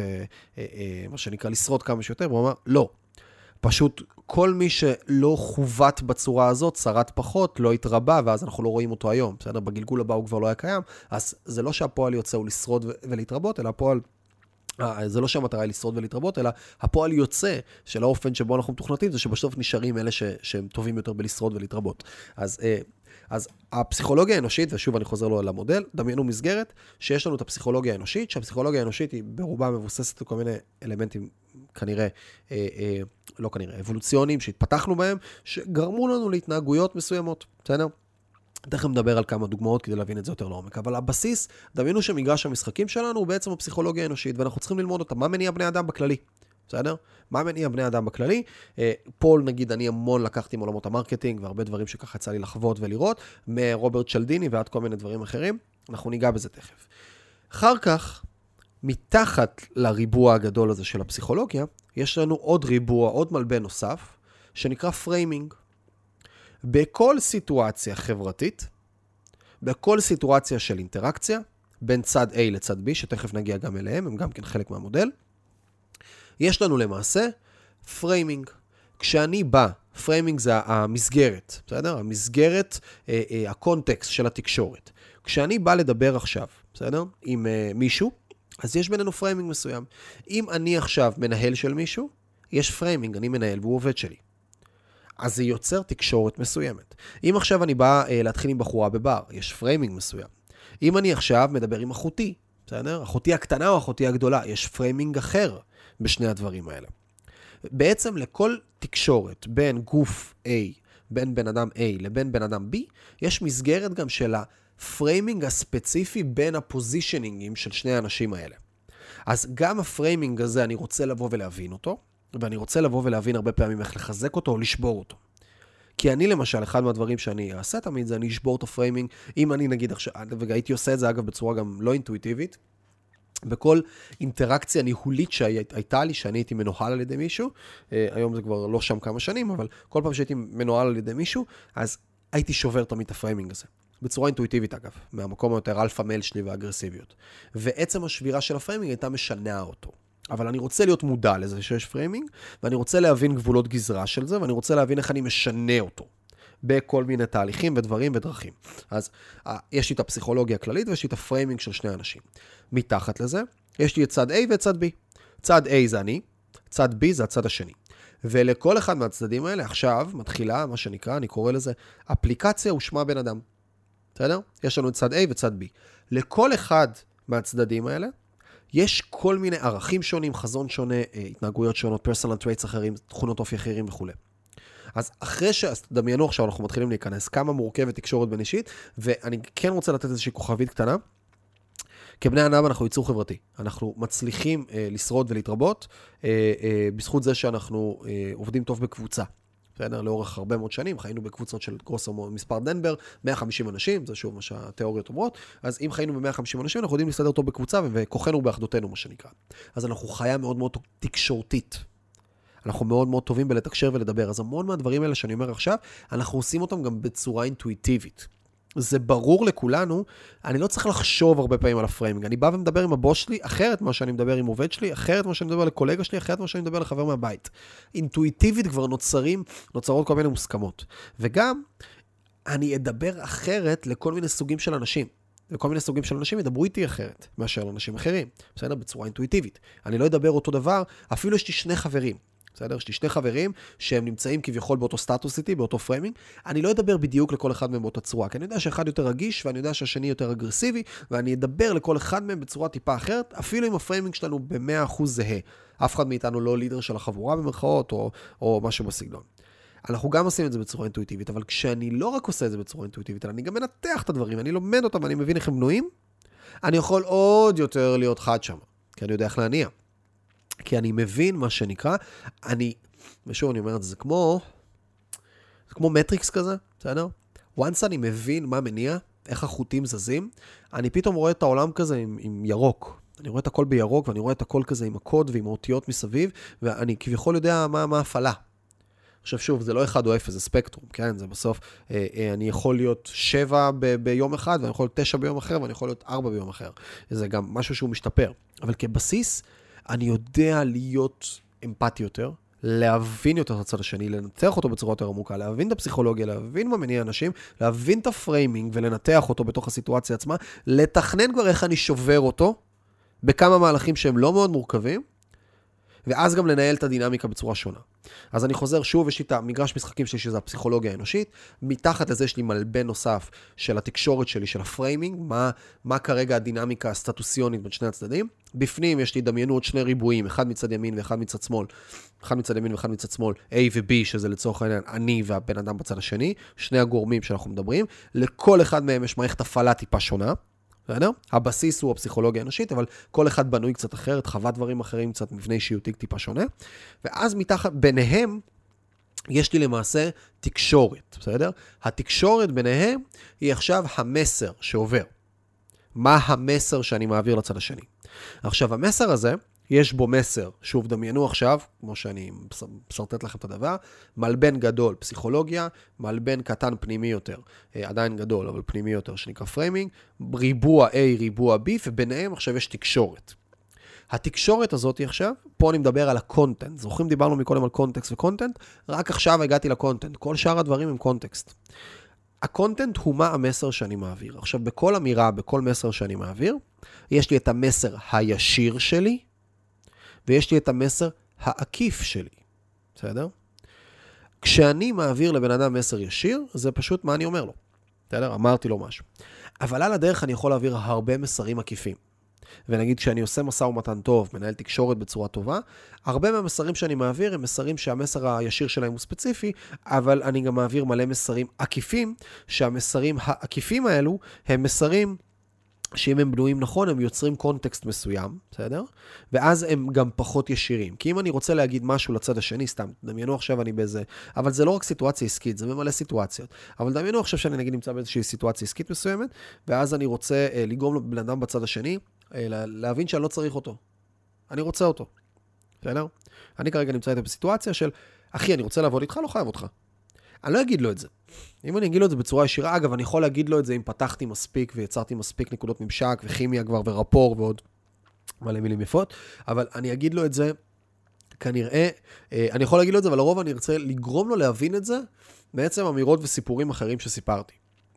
ומה שנקרא לשרוד כמה שיותר, והוא אמר, לא. פשוט כל מי שלא חוות בצורה הזאת, שרד פחות, לא התרבה, ואז אנחנו לא רואים אותו היום. בסדר? בגלגול הבא הוא כבר לא היה קיים, אז זה לא שהפועל יוצא הוא לשרוד ולהתרבות, אלא הפועל, זה לא שהמטרה היא לשרוד ולהתרבות, אלא הפועל יוצא של האופן שבו אנחנו מתוכנתים, זה שבסוף נשארים אלה ש, שהם טובים יותר בלשרוד ולהתרבות. אז, אז הפסיכולוגיה האנושית, ושוב אני חוזר לו למודל, דמיינו מסגרת, שיש לנו את הפסיכולוגיה האנושית, שהפסיכולוגיה האנושית היא ברובה מבוססת על כל מיני אלמנטים, כנראה, אה, אה, לא כנראה, אבולוציוניים שהתפתחנו בהם, שגרמו לנו להתנהגויות מסוימות, בסדר? תכף נדבר על כמה דוגמאות כדי להבין את זה יותר לעומק, אבל הבסיס, דמיינו שמגרש המשחקים שלנו הוא בעצם הפסיכולוגיה האנושית, ואנחנו צריכים ללמוד אותה, מה מניע בני אדם בכללי, בסדר? מה מניע בני אדם בכללי? פול, נגיד, אני המון לקחתי מעולמות המרקטינג, והרבה דברים שככה יצא לי לחוות ולראות, מרוברט צ'לדיני ועד כל מיני דברים אחרים, אנחנו ניגע בזה תכף. אחר כך, מתחת לריבוע הגדול הזה של הפסיכולוגיה, יש לנו עוד ריבוע, עוד מלבן נוסף, שנקרא פריימינג. בכל סיטואציה חברתית, בכל סיטואציה של אינטראקציה, בין צד A לצד B, שתכף נגיע גם אליהם, הם גם כן חלק מהמודל, יש לנו למעשה פריימינג. כשאני בא, פריימינג זה המסגרת, בסדר? המסגרת, הקונטקסט של התקשורת. כשאני בא לדבר עכשיו, בסדר? עם מישהו, אז יש בינינו פריימינג מסוים. אם אני עכשיו מנהל של מישהו, יש פריימינג, אני מנהל והוא עובד שלי. אז זה יוצר תקשורת מסוימת. אם עכשיו אני בא להתחיל עם בחורה בבר, יש פריימינג מסוים. אם אני עכשיו מדבר עם אחותי, בסדר? אחותי הקטנה או אחותי הגדולה, יש פריימינג אחר בשני הדברים האלה. בעצם לכל תקשורת בין גוף A, בין בן אדם A לבין בן אדם B, יש מסגרת גם של הפריימינג הספציפי בין הפוזישנינגים של שני האנשים האלה. אז גם הפריימינג הזה אני רוצה לבוא ולהבין אותו, ואני רוצה לבוא ולהבין הרבה פעמים איך לחזק אותו או לשבור אותו. כי אני למשל, אחד מהדברים שאני אעשה תמיד זה אני אשבור את הפריימינג, אם אני נגיד עכשיו, והייתי עושה את זה אגב בצורה גם לא אינטואיטיבית, בכל אינטראקציה ניהולית שהייתה לי, שאני הייתי מנוהל על ידי מישהו, היום זה כבר לא שם כמה שנים, אבל כל פעם שהייתי מנוהל על ידי מישהו, אז הייתי שובר תמיד את הפריימינג הזה. בצורה אינטואיטיבית אגב, מהמקום היותר אלפא מייל שלי והאגרסיביות. ועצם השבירה של הפריימינג הייתה משנעה אותו. אבל אני רוצה להיות מודע לזה שיש פריימינג, ואני רוצה להבין גבולות גזרה של זה, ואני רוצה להבין איך אני משנה אותו. בכל מיני תהליכים ודברים ודרכים. אז יש לי את הפסיכולוגיה הכללית ויש לי את הפריימינג של שני אנשים. מתחת לזה, יש לי את צד A ואת צד B. צד A זה אני, צד B זה הצד השני. ולכל אחד מהצדדים האלה, עכשיו מתחילה, מה שנקרא, אני קורא לזה, אפליקציה ושמה בן אדם. בסדר? יש לנו את צד A וצד B. לכל אחד מהצדדים האלה, יש כל מיני ערכים שונים, חזון שונה, התנהגויות שונות, personal traits אחרים, תכונות אופי אחרים וכו'. אז אחרי שדמיינו עכשיו, אנחנו מתחילים להיכנס כמה מורכבת תקשורת בין אישית, ואני כן רוצה לתת איזושהי כוכבית קטנה. כבני אדם אנחנו ייצור חברתי. אנחנו מצליחים אה, לשרוד ולהתרבות, אה, אה, בזכות זה שאנחנו אה, עובדים טוב בקבוצה. בסדר? לאורך הרבה מאוד שנים, חיינו בקבוצות של גרוסו מספר דנבר, מאה וחמישים אנשים, זה שוב מה שהתיאוריות אומרות, אז אם חיינו ב-מאה וחמישים אנשים, אנחנו יודעים להסתדר טוב בקבוצה, וכוחנו באחדותנו, מה שנקרא. אז אנחנו חיה מאוד מאוד תקשורתית. אנחנו מאוד מאוד טובים בלתקשר ולדבר. אז המון מהדברים האלה שאני אומר עכשיו, אנחנו עושים אותם גם בצורה אינטואיטיבית. זה ברור לכולנו, אני לא צריך לחשוב הרבה פעמים על הפריימינג. אני בא ומדבר עם הבוס שלי, אחרת מה שאני מדבר עם עובד שלי, אחרת מה שאני מדבר לקולגה שלי, אחרת מה שאני מדבר לחבר מהבית. אינטואיטיבית כבר נוצרים, נוצרות כל מיני מוסכמות. וגם, אני אדבר אחרת לכל מיני סוגים של אנשים. וכל מיני סוגים של אנשים ידברו איתי אחרת, מאשר לאנשים אחרים. בסדר? בצורה אינטואיטיבית. אני לא אדבר אותו דבר, אפילו יש לי שני חברים. בסדר? יש לי שני חברים שהם נמצאים כביכול באותו סטטוס איתי, באותו פריימינג. אני לא אדבר בדיוק לכל אחד מהם באותה צורה, כי אני יודע שאחד יותר רגיש, ואני יודע שהשני יותר אגרסיבי, ואני אדבר לכל אחד מהם בצורה טיפה אחרת, אפילו אם הפריימינג שלנו ב-מאה אחוז זהה. אף אחד מאיתנו לא לידר של החבורה במרכאות, או, או משהו בסגנון. אנחנו גם עושים את זה בצורה אינטואיטיבית, אבל כשאני לא רק עושה את זה בצורה אינטואיטיבית, אני גם מנתח את הדברים, אני לומד אותם, אני מבין איך הם בנויים, אני יכול עוד יותר להיות חד שם, כי אני יודע איך להניע. כי אני מבין מה שנקרא, אני, ושוב אני אומר את זה, זה כמו, זה כמו מטריקס כזה, בסדר? once אני מבין מה מניע, איך החוטים זזים, אני פתאום רואה את העולם כזה עם, עם ירוק. אני רואה את הכל בירוק, ואני רואה את הכל כזה עם הקוד ועם האותיות מסביב, ואני כביכול יודע מה, מה הפעלה. עכשיו שוב, זה לא אחד או אפס, זה ספקטרום, כן? זה בסוף, אה, אה, אני יכול להיות שבע ב- ביום אחד, ואני יכול להיות תשע ביום אחר, ואני יכול להיות ארבע ביום אחר. זה גם משהו שהוא משתפר. אבל כבסיס, אני יודע להיות אמפתי יותר, להבין יותר את הצד השני, לנתח אותו בצורה יותר עמוקה, להבין את הפסיכולוגיה, להבין מה מניע אנשים, להבין את הפריימינג ולנתח אותו בתוך הסיטואציה עצמה, לתכנן כבר איך אני שובר אותו, בכמה מהלכים שהם לא מאוד מורכבים, ואז גם לנהל את הדינמיקה בצורה שונה. אז אני חוזר שוב, יש לי את המגרש משחקים שלי, שזה הפסיכולוגיה האנושית, מתחת לזה יש לי מלבן נוסף של התקשורת שלי, של הפריימינג, מה, מה כרגע הדינמיקה הסטטוסיונית בין שני הצדדים. בפנים יש לי דמיינות שני ריבועים, אחד מצד ימין ואחד מצד שמאל, אחד מצד ימין ואחד מצד שמאל, A ו-B, שזה לצורך העניין אני והבן אדם בצד השני, שני הגורמים שאנחנו מדברים, לכל אחד מהם יש מערכת הפעלה טיפה שונה, בסדר? הבסיס הוא הפסיכולוגיה האנושית, אבל כל אחד בנוי קצת אחרת, חווה דברים אחרים, קצת מבנה אישיותי טיפה שונה, ואז מתחת, ביניהם, יש לי למעשה תקשורת, בסדר? התקשורת ביניהם היא עכשיו המסר שעובר. מה המסר שאני מעביר לצד השני? עכשיו, המסר הזה, יש בו מסר, שוב דמיינו עכשיו, כמו שאני מסרטט לכם את הדבר, מלבן גדול, פסיכולוגיה, מלבן קטן פנימי יותר, עדיין גדול, אבל פנימי יותר, שנקרא פריימינג, ריבוע A, ריבוע B, וביניהם עכשיו יש תקשורת. התקשורת הזאת היא עכשיו, פה אני מדבר על הקונטנט, זוכרים דיברנו מקודם על קונטקסט וקונטנט, רק עכשיו הגעתי לקונטנט, כל שאר הדברים הם קונטקסט. הקונטנט הוא מה המסר שאני מעביר. עכשיו, בכל אמירה, בכל מסר שאני מעביר, יש לי את המסר הישיר שלי, ויש לי את המסר העקיף שלי. בסדר? כשאני מעביר לבן אדם מסר ישיר, זה פשוט מה אני אומר לו. בסדר? אמרתי לו משהו. אבל על הדרך אני יכול להעביר הרבה מסרים עקיפים. ונגיד כשאני עושה מסע ומתן טוב, מנהל תקשורת בצורה טובה, הרבה מהמסרים שאני מעביר הם מסרים שהמסר הישיר שלהם הוא ספציפי, אבל אני גם מעביר מלא מסרים עקיפים, שהמסרים העקיפים האלו הם מסרים שאם הם בנויים נכון, הם יוצרים קונטקסט מסוים, בסדר? ואז הם גם פחות ישירים. כי אם אני רוצה להגיד משהו לצד השני, סתם, דמיינו עכשיו אני באיזה, אבל זה לא רק סיטואציה עסקית, זה ממלא סיטואציות. אבל דמיינו עכשיו שאני נגיד נמצא באיזושהי סיטואציה עסקית מסוימת, ואז אני רוצה אה, לגרום לבן אדם בצד השני, אה, להבין שאני לא צריך אותו. אני רוצה אותו. בסדר? אני כרגע נמצא איתה בסיטואציה של, אחי, אני רוצה לעבוד איתך, לא חייב אותך. אני לא אגיד לו את זה. אם אני אגיד לו את זה בצורה ישירה, אגב, אני יכול להגיד לו את זה אם פתחתי מספיק ויצרתי מספיק נקודות ממשק וכימיה כבר ורפור ועוד מלא מילים יפות, אבל אני אגיד לו את זה, כנראה, אני יכול להגיד לו את זה, אבל לרוב אני ארצה לגרום לו להבין את זה, בעצם אמירות וסיפורים אחרים שסיפרתי.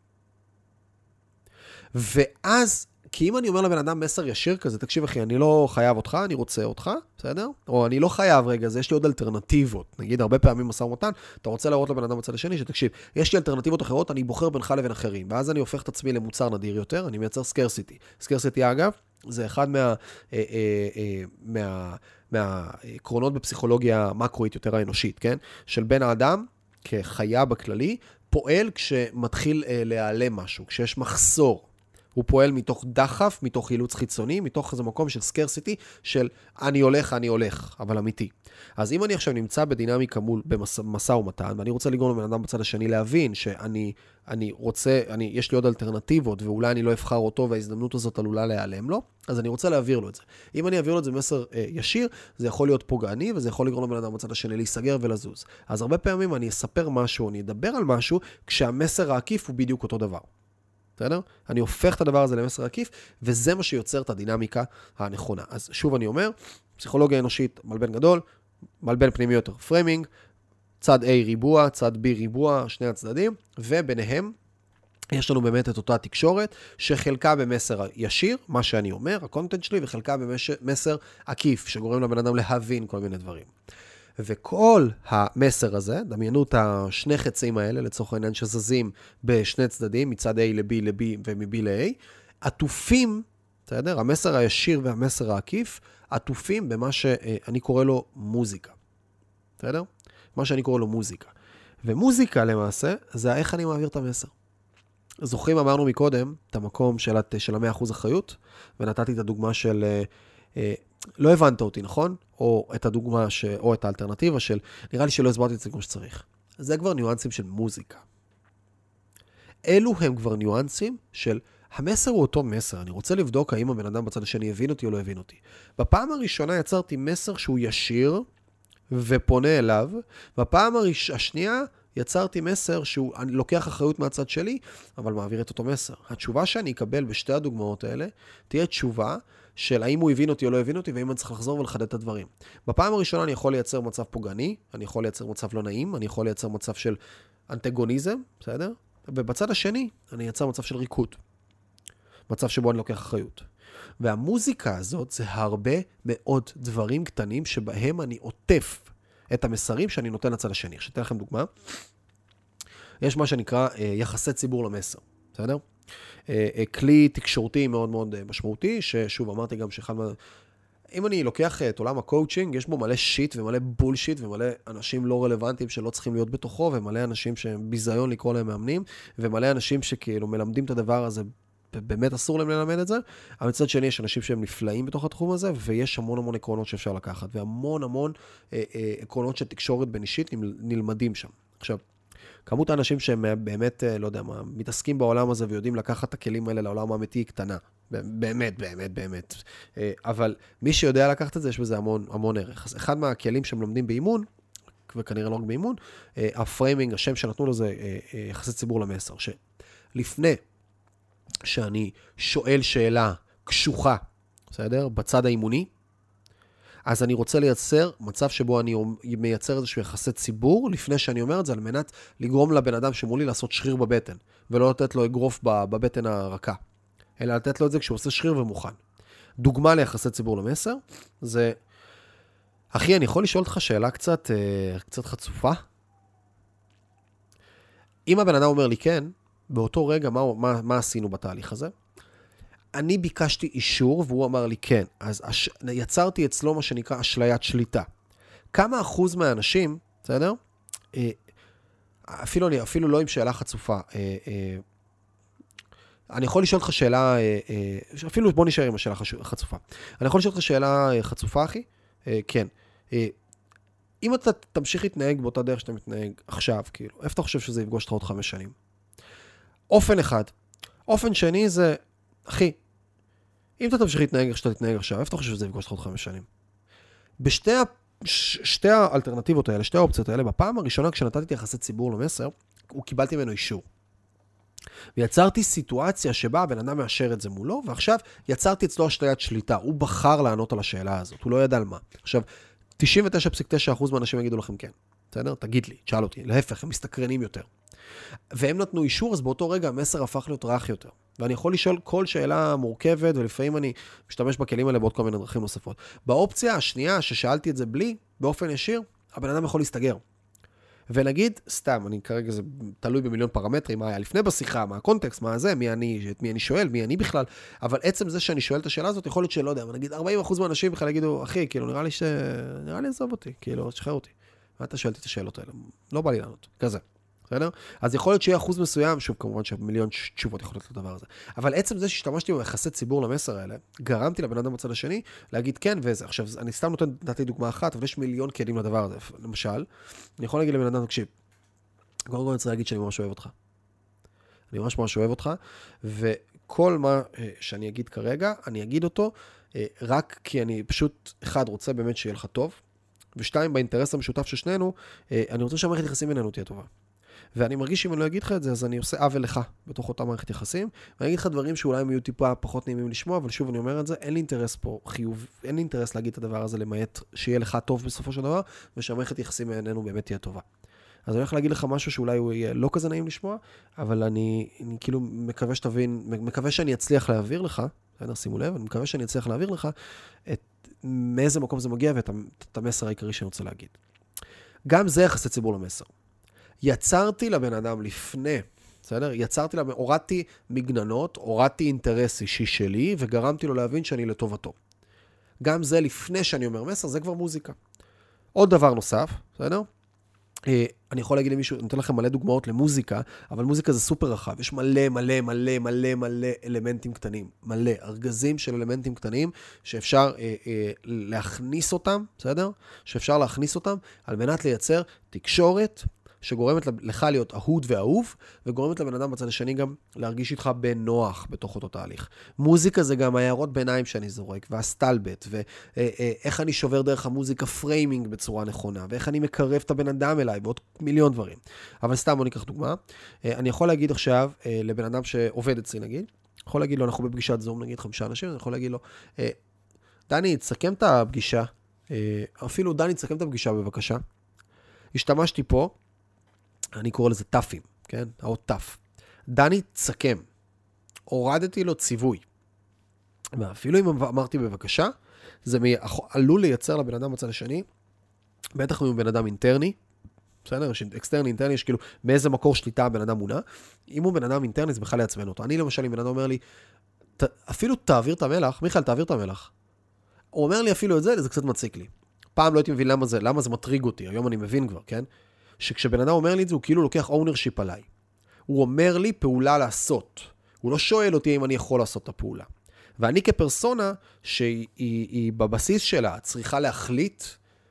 ואז, כי אם אני אומר לבן אדם מסר ישיר כזה, תקשיב אחי, אני לא חייב אותך, אני רוצה אותך, בסדר? או אני לא חייב רגע, אז יש לי עוד אלטרנטיבות. נגיד, הרבה פעמים מסע ומתן, אתה רוצה להראות לבן אדם בצד השני, שתקשיב, יש לי אלטרנטיבות אחרות, אני בוחר בינך לבין אחרים, ואז אני הופך את עצמי למוצר נדיר יותר, אני מייצר סקרסיטי. סקרסיטי, אגב, זה אחד מה, אה, אה, אה, מה, מהעקרונות בפסיכולוגיה מקרואית יותר האנושית, כן? של בן האדם, כחיה בכללי, פועל כשמתחיל אה, להיעלם משהו, כשיש מחסור. הוא פועל מתוך דחף, מתוך אילוץ חיצוני, מתוך איזה מקום של סקרסיטי, של אני הולך, אני הולך, אבל אמיתי. אז אם אני עכשיו נמצא בדינמיקה מול, במסע ומתן, ואני רוצה לגרום לבן אדם בצד השני להבין שאני אני רוצה, אני, יש לי עוד אלטרנטיבות, ואולי אני לא אבחר אותו, וההזדמנות הזאת עלולה להיעלם לו, אז אני רוצה להעביר לו את זה. אם אני אעביר לו את זה מסר אה, ישיר, זה יכול להיות פוגעני, וזה יכול לגרום לבן אדם בצד השני להיסגר ולזוז. אז הרבה פעמים אני אספר משהו, אני אדבר על משהו, כשהמסר העקיף הוא בדיוק אותו דבר. בסדר? אני הופך את הדבר הזה למסר עקיף, וזה מה שיוצר את הדינמיקה הנכונה. אז שוב אני אומר, פסיכולוגיה אנושית, מלבן גדול, מלבן פנימי יותר, פריימינג, צד A ריבוע, צד B ריבוע, שני הצדדים, וביניהם יש לנו באמת את אותה תקשורת, שחלקה במסר ישיר, מה שאני אומר, הקונטנט שלי, וחלקה במסר עקיף, שגורם לבן אדם להבין כל מיני דברים. וכל המסר הזה, דמיינו את השני חצים האלה, לצורך העניין שזזים בשני צדדים, מצד A ל-B ל-B ומ-B ל-A, עטופים, בסדר? המסר הישיר והמסר העקיף, עטופים במה שאני קורא לו מוזיקה. בסדר? מה שאני קורא לו מוזיקה. ומוזיקה למעשה, זה איך אני מעביר את המסר. זוכרים, אמרנו מקודם, את המקום של, של ה-מאה אחוז אחריות, ונתתי את הדוגמה של... לא הבנת אותי, נכון? או את הדוגמה, ש... או את האלטרנטיבה של, נראה לי שלא הסברתי את זה כמו שצריך. זה כבר ניואנסים של מוזיקה. אלו הם כבר ניואנסים של, המסר הוא אותו מסר. אני רוצה לבדוק האם הבן אדם בצד השני הבין אותי או לא הבין אותי. בפעם הראשונה יצרתי מסר שהוא ישיר, ופונה אליו. בפעם הראש... השנייה יצרתי מסר שהוא, אני לוקח אחריות מהצד שלי, אבל מעביר את אותו מסר. התשובה שאני אקבל בשתי הדוגמאות האלה, תהיה תשובה, של האם הוא הבין אותי או לא הבין אותי, והאם אני צריך לחזור ולחדד את הדברים. בפעם הראשונה אני יכול לייצר מצב פוגעני, אני יכול לייצר מצב לא נעים, אני יכול לייצר מצב של אנטגוניזם, בסדר? ובצד השני אני אייצר מצב של ריקוד. מצב שבו אני לוקח אחריות. והמוזיקה הזאת זה הרבה מאוד דברים קטנים שבהם אני עוטף את המסרים שאני נותן לצד השני. שתן לכם דוגמה. יש מה שנקרא יחסי ציבור למסר, בסדר? כלי תקשורתי מאוד מאוד משמעותי, ששוב אמרתי גם שאחד מה... אם אני לוקח את עולם הקואוצ'ינג, יש בו מלא שיט ומלא בולשיט ומלא אנשים לא רלוונטיים שלא צריכים להיות בתוכו, ומלא אנשים שהם ביזיון לקרוא להם מאמנים, ומלא אנשים שכאילו מלמדים את הדבר הזה, באמת אסור להם ללמד את זה, אבל מצד שני יש אנשים שהם נפלאים בתוך התחום הזה, ויש המון המון עקרונות שאפשר לקחת, והמון המון אה, אה, עקרונות של תקשורת בין אישית נלמדים שם. עכשיו, כמות האנשים שהם באמת, לא יודע מה, מתעסקים בעולם הזה ויודעים לקחת את הכלים האלה לעולם האמיתי היא קטנה. באמת, באמת, באמת. אבל מי שיודע לקחת את זה, יש בזה המון, המון ערך. אז אחד מהכלים שהם לומדים באימון, וכנראה לא רק באימון, הפריימינג, השם שנתנו לזה, יחסי ציבור למסר, שלפני שאני שואל שאלה קשוחה, בסדר? בצד האימוני, אז אני רוצה לייצר מצב שבו אני מייצר איזשהו יחסי ציבור, לפני שאני אומר את זה, על מנת לגרום לבן אדם שמולי לעשות שריר בבטן, ולא לתת לו אגרוף בבטן הרכה, אלא לתת לו את זה כשהוא עושה שריר ומוכן. דוגמה ליחסי ציבור למסר, זה, אחי, אני יכול לשאול אותך שאלה קצת, קצת חצופה? אם הבן אדם אומר לי כן, באותו רגע, מה, מה, מה עשינו בתהליך הזה? אני ביקשתי אישור, והוא אמר לי כן. אז הש... יצרתי אצלו מה שנקרא אשליית שליטה. כמה אחוז מהאנשים, בסדר? אפילו, אפילו לא עם שאלה חצופה. אני יכול לשאול אותך שאלה, אפילו בוא נשאר עם השאלה חצופה. אני יכול לשאול אותך שאלה חצופה, אחי? כן. אם אתה תמשיך להתנהג באותה דרך שאתה מתנהג עכשיו, כאילו, איפה אתה חושב שזה יפגוש אותך עוד חמש שנים? אופן אחד. אופן שני זה, אחי, אם אתה תמשיך להתנהג איך שאתה תתנהג עכשיו, איפה אתה חושב שזה יפגוש אותך עוד חמש שנים? בשתי ה... שתי האלטרנטיבות האלה, שתי האופציות האלה, בפעם הראשונה כשנתתי יחסי ציבור למסר, הוא קיבלתי ממנו אישור. ויצרתי סיטואציה שבה הבן אדם מאשר את זה מולו, ועכשיו יצרתי אצלו אשליית שליטה. הוא בחר לענות על השאלה הזאת, הוא לא ידע על מה. עכשיו, תשעים ותשע נקודה תשע אחוז מהאנשים יגידו לכם כן. בסדר? תגיד לי, תשאל אותי. להפך, הם מסתקרנים יותר. והם נתנו אישור, אז באותו רגע המסר הפך להיות רך יותר. ואני יכול לשאול כל שאלה מורכבת, ולפעמים אני משתמש בכלים האלה בעוד כל מיני דרכים נוספות. באופציה השנייה, ששאלתי את זה בלי, באופן ישיר, הבן אדם יכול להסתגר. ונגיד, סתם, אני כרגע זה תלוי במיליון פרמטרים, מה היה לפני בשיחה, מה הקונטקסט, מה זה, מי אני, את מי אני שואל, מי אני בכלל, אבל עצם זה שאני שואל את השאלה הזאת, יכול להיות שלא יודע, אבל נגיד ארבעים אחוז מהאנשים בכלל יגידו, אחי, כאילו, נראה לי ש... נראה לי עזוב אותי, כאילו, שחרר אותי. ואתה שואלתי את השאלות האלה, לא בא לי לענות, כזה. בסדר? אז יכול להיות שיהיה אחוז מסוים, שוב, כמובן שמיליון תשובות יכולות לדבר הזה. אבל עצם זה שהשתמשתי ביחסי ציבור למסר האלה, גרמתי לבן אדם בצד השני להגיד כן וזה. עכשיו, אני סתם נותן, נתתי דוגמה אחת, אבל יש מיליון כלים לדבר הזה. למשל, אני יכול להגיד לבן אדם, תקשיב, קודם כל אני צריך להגיד שאני ממש אוהב אותך. אני ממש ממש אוהב אותך, וכל מה שאני אגיד כרגע, אני אגיד אותו, רק כי אני פשוט, אחד, רוצה באמת שיהיה לך טוב, ושתיים, באינטרס המשותף של שנינו, אני רוצה שהמערכת יחסים בינינו תהיה טובה. ואני מרגיש שאם אני לא אגיד לך את זה, אז אני עושה עוול לך בתוך אותה מערכת יחסים, ואני אגיד לך דברים שאולי הם יהיו טיפה פחות נעימים לשמוע, אבל שוב אני אומר את זה, אין לי אינטרס פה חיוב, אין לי אינטרס להגיד את הדבר הזה, למעט שיהיה לך טוב בסופו של דבר, ושהמערכת יחסים בינינו באמת תהיה טובה. אז אני הולך להגיד לך משהו שאולי הוא יהיה לא כזה נעים לשמוע, אבל אני, אני כאילו מקווה שתבין, מקווה שאני אצליח להעביר לך, שימו לב, אני מקווה שאני אצליח להעביר לך את מאיזה מקום זה מגיע ואת את המסר העיקרי שאני רוצה להגיד. גם זה יחסי ציבור למסר. יצרתי לבן אדם לפני, בסדר? יצרתי לבן, הורדתי מגננות, הורדתי אינטרס אישי שלי, וגרמתי לו להבין שאני לטובתו. גם זה לפני שאני אומר מסר, זה כבר מוזיקה. עוד דבר נוסף, בסדר? אני יכול להגיד למישהו, אני נותן לכם מלא דוגמאות למוזיקה, אבל מוזיקה זה סופר רחב, יש מלא מלא מלא מלא מלא אלמנטים קטנים, מלא, ארגזים של אלמנטים קטנים, שאפשר אה, אה, להכניס אותם, בסדר? שאפשר להכניס אותם, על מנת לייצר תקשורת, שגורמת לך להיות אהוד ואהוב, וגורמת לבן אדם בצד השני גם להרגיש איתך בנוח בתוך אותו תהליך. מוזיקה זה גם הערות ביניים שאני זורק, והסטלבט, ואיך אני שובר דרך המוזיקה פריימינג בצורה נכונה, ואיך אני מקרב את הבן אדם אליי, ועוד מיליון דברים. אבל סתם בוא ניקח דוגמה. אני יכול להגיד עכשיו לבן אדם שעובד אצלי נגיד, יכול להגיד לו, אנחנו בפגישת זום נגיד חמישה אנשים, אני יכול להגיד לו, דני, תסכם את הפגישה, אפילו דני, תסכם את הפגישה בבקשה. השתמשתי פה, אני קורא לזה טפים, כן? האות טף. דני צקם. הורדתי לו ציווי. ואפילו אם אמרתי בבקשה, זה עלול לייצר לבן אדם בצד השני, בטח אם בן אדם אינטרני, בסדר? אקסטרני, אינטרני, יש כאילו מאיזה מקור שליטה הבן אדם מונה. אם הוא בן אדם אינטרני, זה בכלל לעצבן אותו. אני למשל, אם בן אדם אומר לי, אפילו תעביר את המלח, מיכאל, תעביר את המלח. הוא אומר לי אפילו את זה, זה קצת מציק לי. פעם לא הייתי מבין למה זה, למה זה מטריג אותי, היום אני מבין כבר, כן? שכשבן אדם אומר לי את זה, הוא כאילו לוקח ownership עליי. הוא אומר לי פעולה לעשות. הוא לא שואל אותי אם אני יכול לעשות את הפעולה. ואני כפרסונה, שהיא היא, היא בבסיס שלה, צריכה להחליט,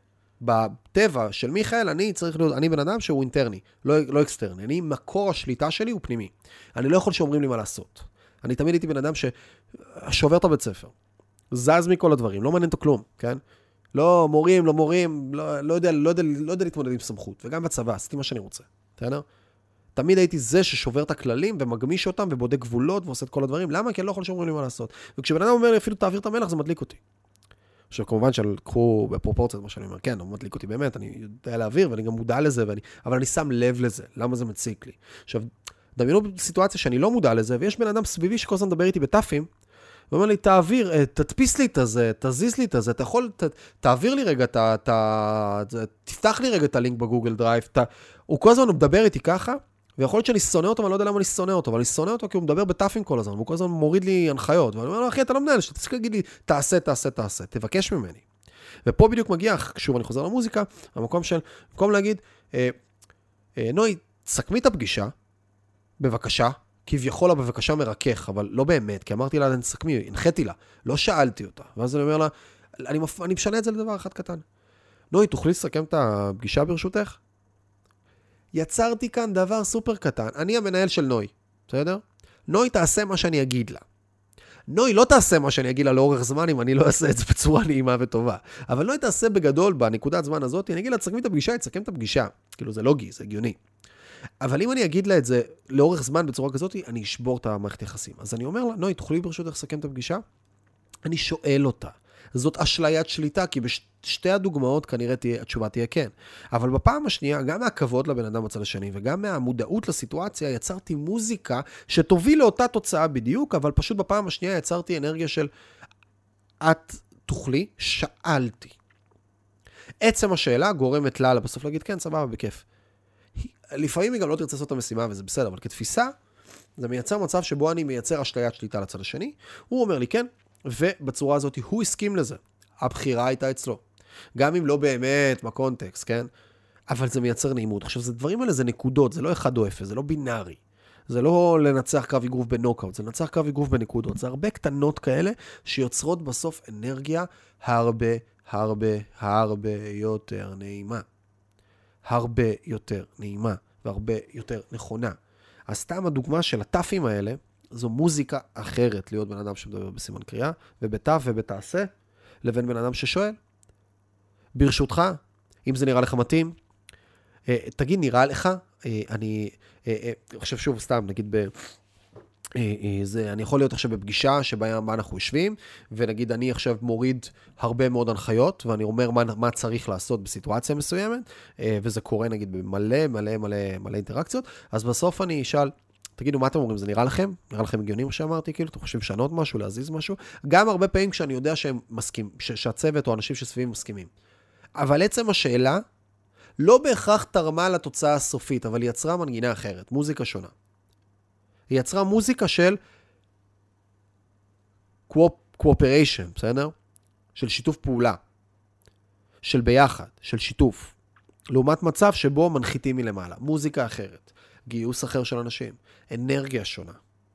בטבע של מיכאל, אני צריך להיות, אני בן אדם שהוא אינטרני, לא, לא אקסטרני. אני, מקור השליטה שלי הוא פנימי. אני לא יכול שאומרים לי מה לעשות. אני תמיד הייתי בן אדם ששובר את הבית ספר. זז מכל הדברים, לא מעניין אותו כלום, כן? לא מורים, לא מורים, לא, לא, יודע, לא, יודע, לא יודע להתמודד עם סמכות. וגם בצבא, עשיתי מה שאני רוצה. תהנה? תמיד הייתי זה ששובר את הכללים ומגמיש אותם ובודק גבולות ועושה את כל הדברים. למה? כי אני לא יכול שאומרים לי מה לעשות. וכשבן אדם אומר לי, אפילו תעביר את המלח, זה מדליק אותי. עכשיו, כמובן שלקחו בפרופורציות מה שאני אומר, כן, הוא מדליק אותי באמת, אני יודע להעביר ואני גם מודע לזה, ואני, אבל אני שם לב לזה. למה זה מציק לי? עכשיו, דמיינו בסיטואציה שאני לא מודע לזה, ויש בן אדם סביבי שכל הזמן מדבר איתי בטפים, ואומר לי, תעביר, תדפיס לי את הזה, תזיז לי את הזה, אתה יכול, ת, תעביר לי רגע, ת, ת, תפתח לי רגע את הלינק בגוגל דרייב, ת, הוא כל הזמן מדבר איתי ככה, ויכול להיות שאני שונא אותו, ואני לא יודע למה אני שונא אותו, אבל אני שונא אותו כי הוא מדבר בטאפים כל הזמן, והוא כל הזמן מוריד לי הנחיות, ואני אומר לו, אחי, אתה לא מנהל, שתצליח להגיד לי, תעשה, תעשה, תעשה, תבקש ממני. ופה בדיוק מגיע, שוב אני חוזר למוזיקה, המקום של, במקום להגיד, אה, אה, נוי, תסכמי את הפגישה, בבקשה, כביכול בבקשה מרכך, אבל לא באמת, כי אמרתי לה, תסכמי, הנחיתי לה, לא שאלתי אותה, ואז אני אומר לה, אני, מפ... אני משנה את זה לדבר אחד קטן. נוי, תוכלי לסכם את הפגישה ברשותך? יצרתי כאן דבר סופר קטן, אני המנהל של נוי, בסדר? נוי תעשה מה שאני אגיד לה. נוי לא תעשה מה שאני אגיד לה לאורך זמן, אם אני לא אעשה את זה בצורה נעימה וטובה. אבל נוי תעשה בגדול, בנקודת זמן הזאת, אני אגיד לה, תסכמי את הפגישה, תסכם את הפגישה. כאילו זה לוגי, זה הגיוני. אבל אם אני אגיד לה את זה לאורך זמן בצורה כזאת, אני אשבור את המערכת יחסים. אז אני אומר לה, נוי, תוכלי ברשותך לסכם את הפגישה? אני שואל אותה. זאת אשליית שליטה, כי בשתי הדוגמאות כנראה תהיה, התשובה תהיה כן. אבל בפעם השנייה, גם מהכבוד לבן אדם בצד השני, וגם מהמודעות לסיטואציה, יצרתי מוזיקה שתוביל לאותה תוצאה בדיוק, אבל פשוט בפעם השנייה יצרתי אנרגיה של, את תוכלי, שאלתי. עצם השאלה גורמת לה בסוף להגיד, כן, סבבה, בכיף. לפעמים היא גם לא תרצה לעשות את המשימה, וזה בסדר, אבל כתפיסה, זה מייצר מצב שבו אני מייצר אשליית שליטה לצד השני. הוא אומר לי, כן, ובצורה הזאת הוא הסכים לזה. הבחירה הייתה אצלו. גם אם לא באמת בקונטקסט, כן? אבל זה מייצר נעימות. עכשיו, זה דברים האלה, זה נקודות, זה לא אחד או אפס, זה לא בינארי. זה לא לנצח קו אגרוף בנוקאוט, זה לנצח קו אגרוף בנקודות. זה הרבה קטנות כאלה שיוצרות בסוף אנרגיה הרבה, הרבה, הרבה יותר נעימה. הרבה יותר נעימה והרבה יותר נכונה. אז סתם הדוגמה של הטאפים האלה, זו מוזיקה אחרת להיות בן אדם שמדבר בסימן קריאה, ובטף ובתעשה, לבין בן אדם ששואל. ברשותך, אם זה נראה לך מתאים, תגיד, נראה לך, אני חושב שוב סתם, נגיד ב... זה, אני יכול להיות עכשיו בפגישה שבה אנחנו יושבים, ונגיד אני עכשיו מוריד הרבה מאוד הנחיות, ואני אומר מה, מה צריך לעשות בסיטואציה מסוימת, וזה קורה נגיד במלא, מלא, מלא, מלא אינטראקציות, אז בסוף אני אשאל, תגידו, מה אתם אומרים? זה נראה לכם? נראה לכם הגיוני מה שאמרתי? כאילו, אתם חושבים לשנות משהו, להזיז משהו? גם הרבה פעמים כשאני יודע שהם מסכים, שהצוות או אנשים שסביבים מסכימים. אבל עצם השאלה, לא בהכרח תרמה לתוצאה הסופית, אבל היא יצרה מנגינה אחרת, מוזיקה שונה. היא יצרה מוזיקה של cooperation, בסדר? של שיתוף פעולה, של ביחד, של שיתוף. לעומת מצב שבו מנחיתים מלמעלה, מוזיקה אחרת, גיוס אחר של אנשים, אנרגיה שונה.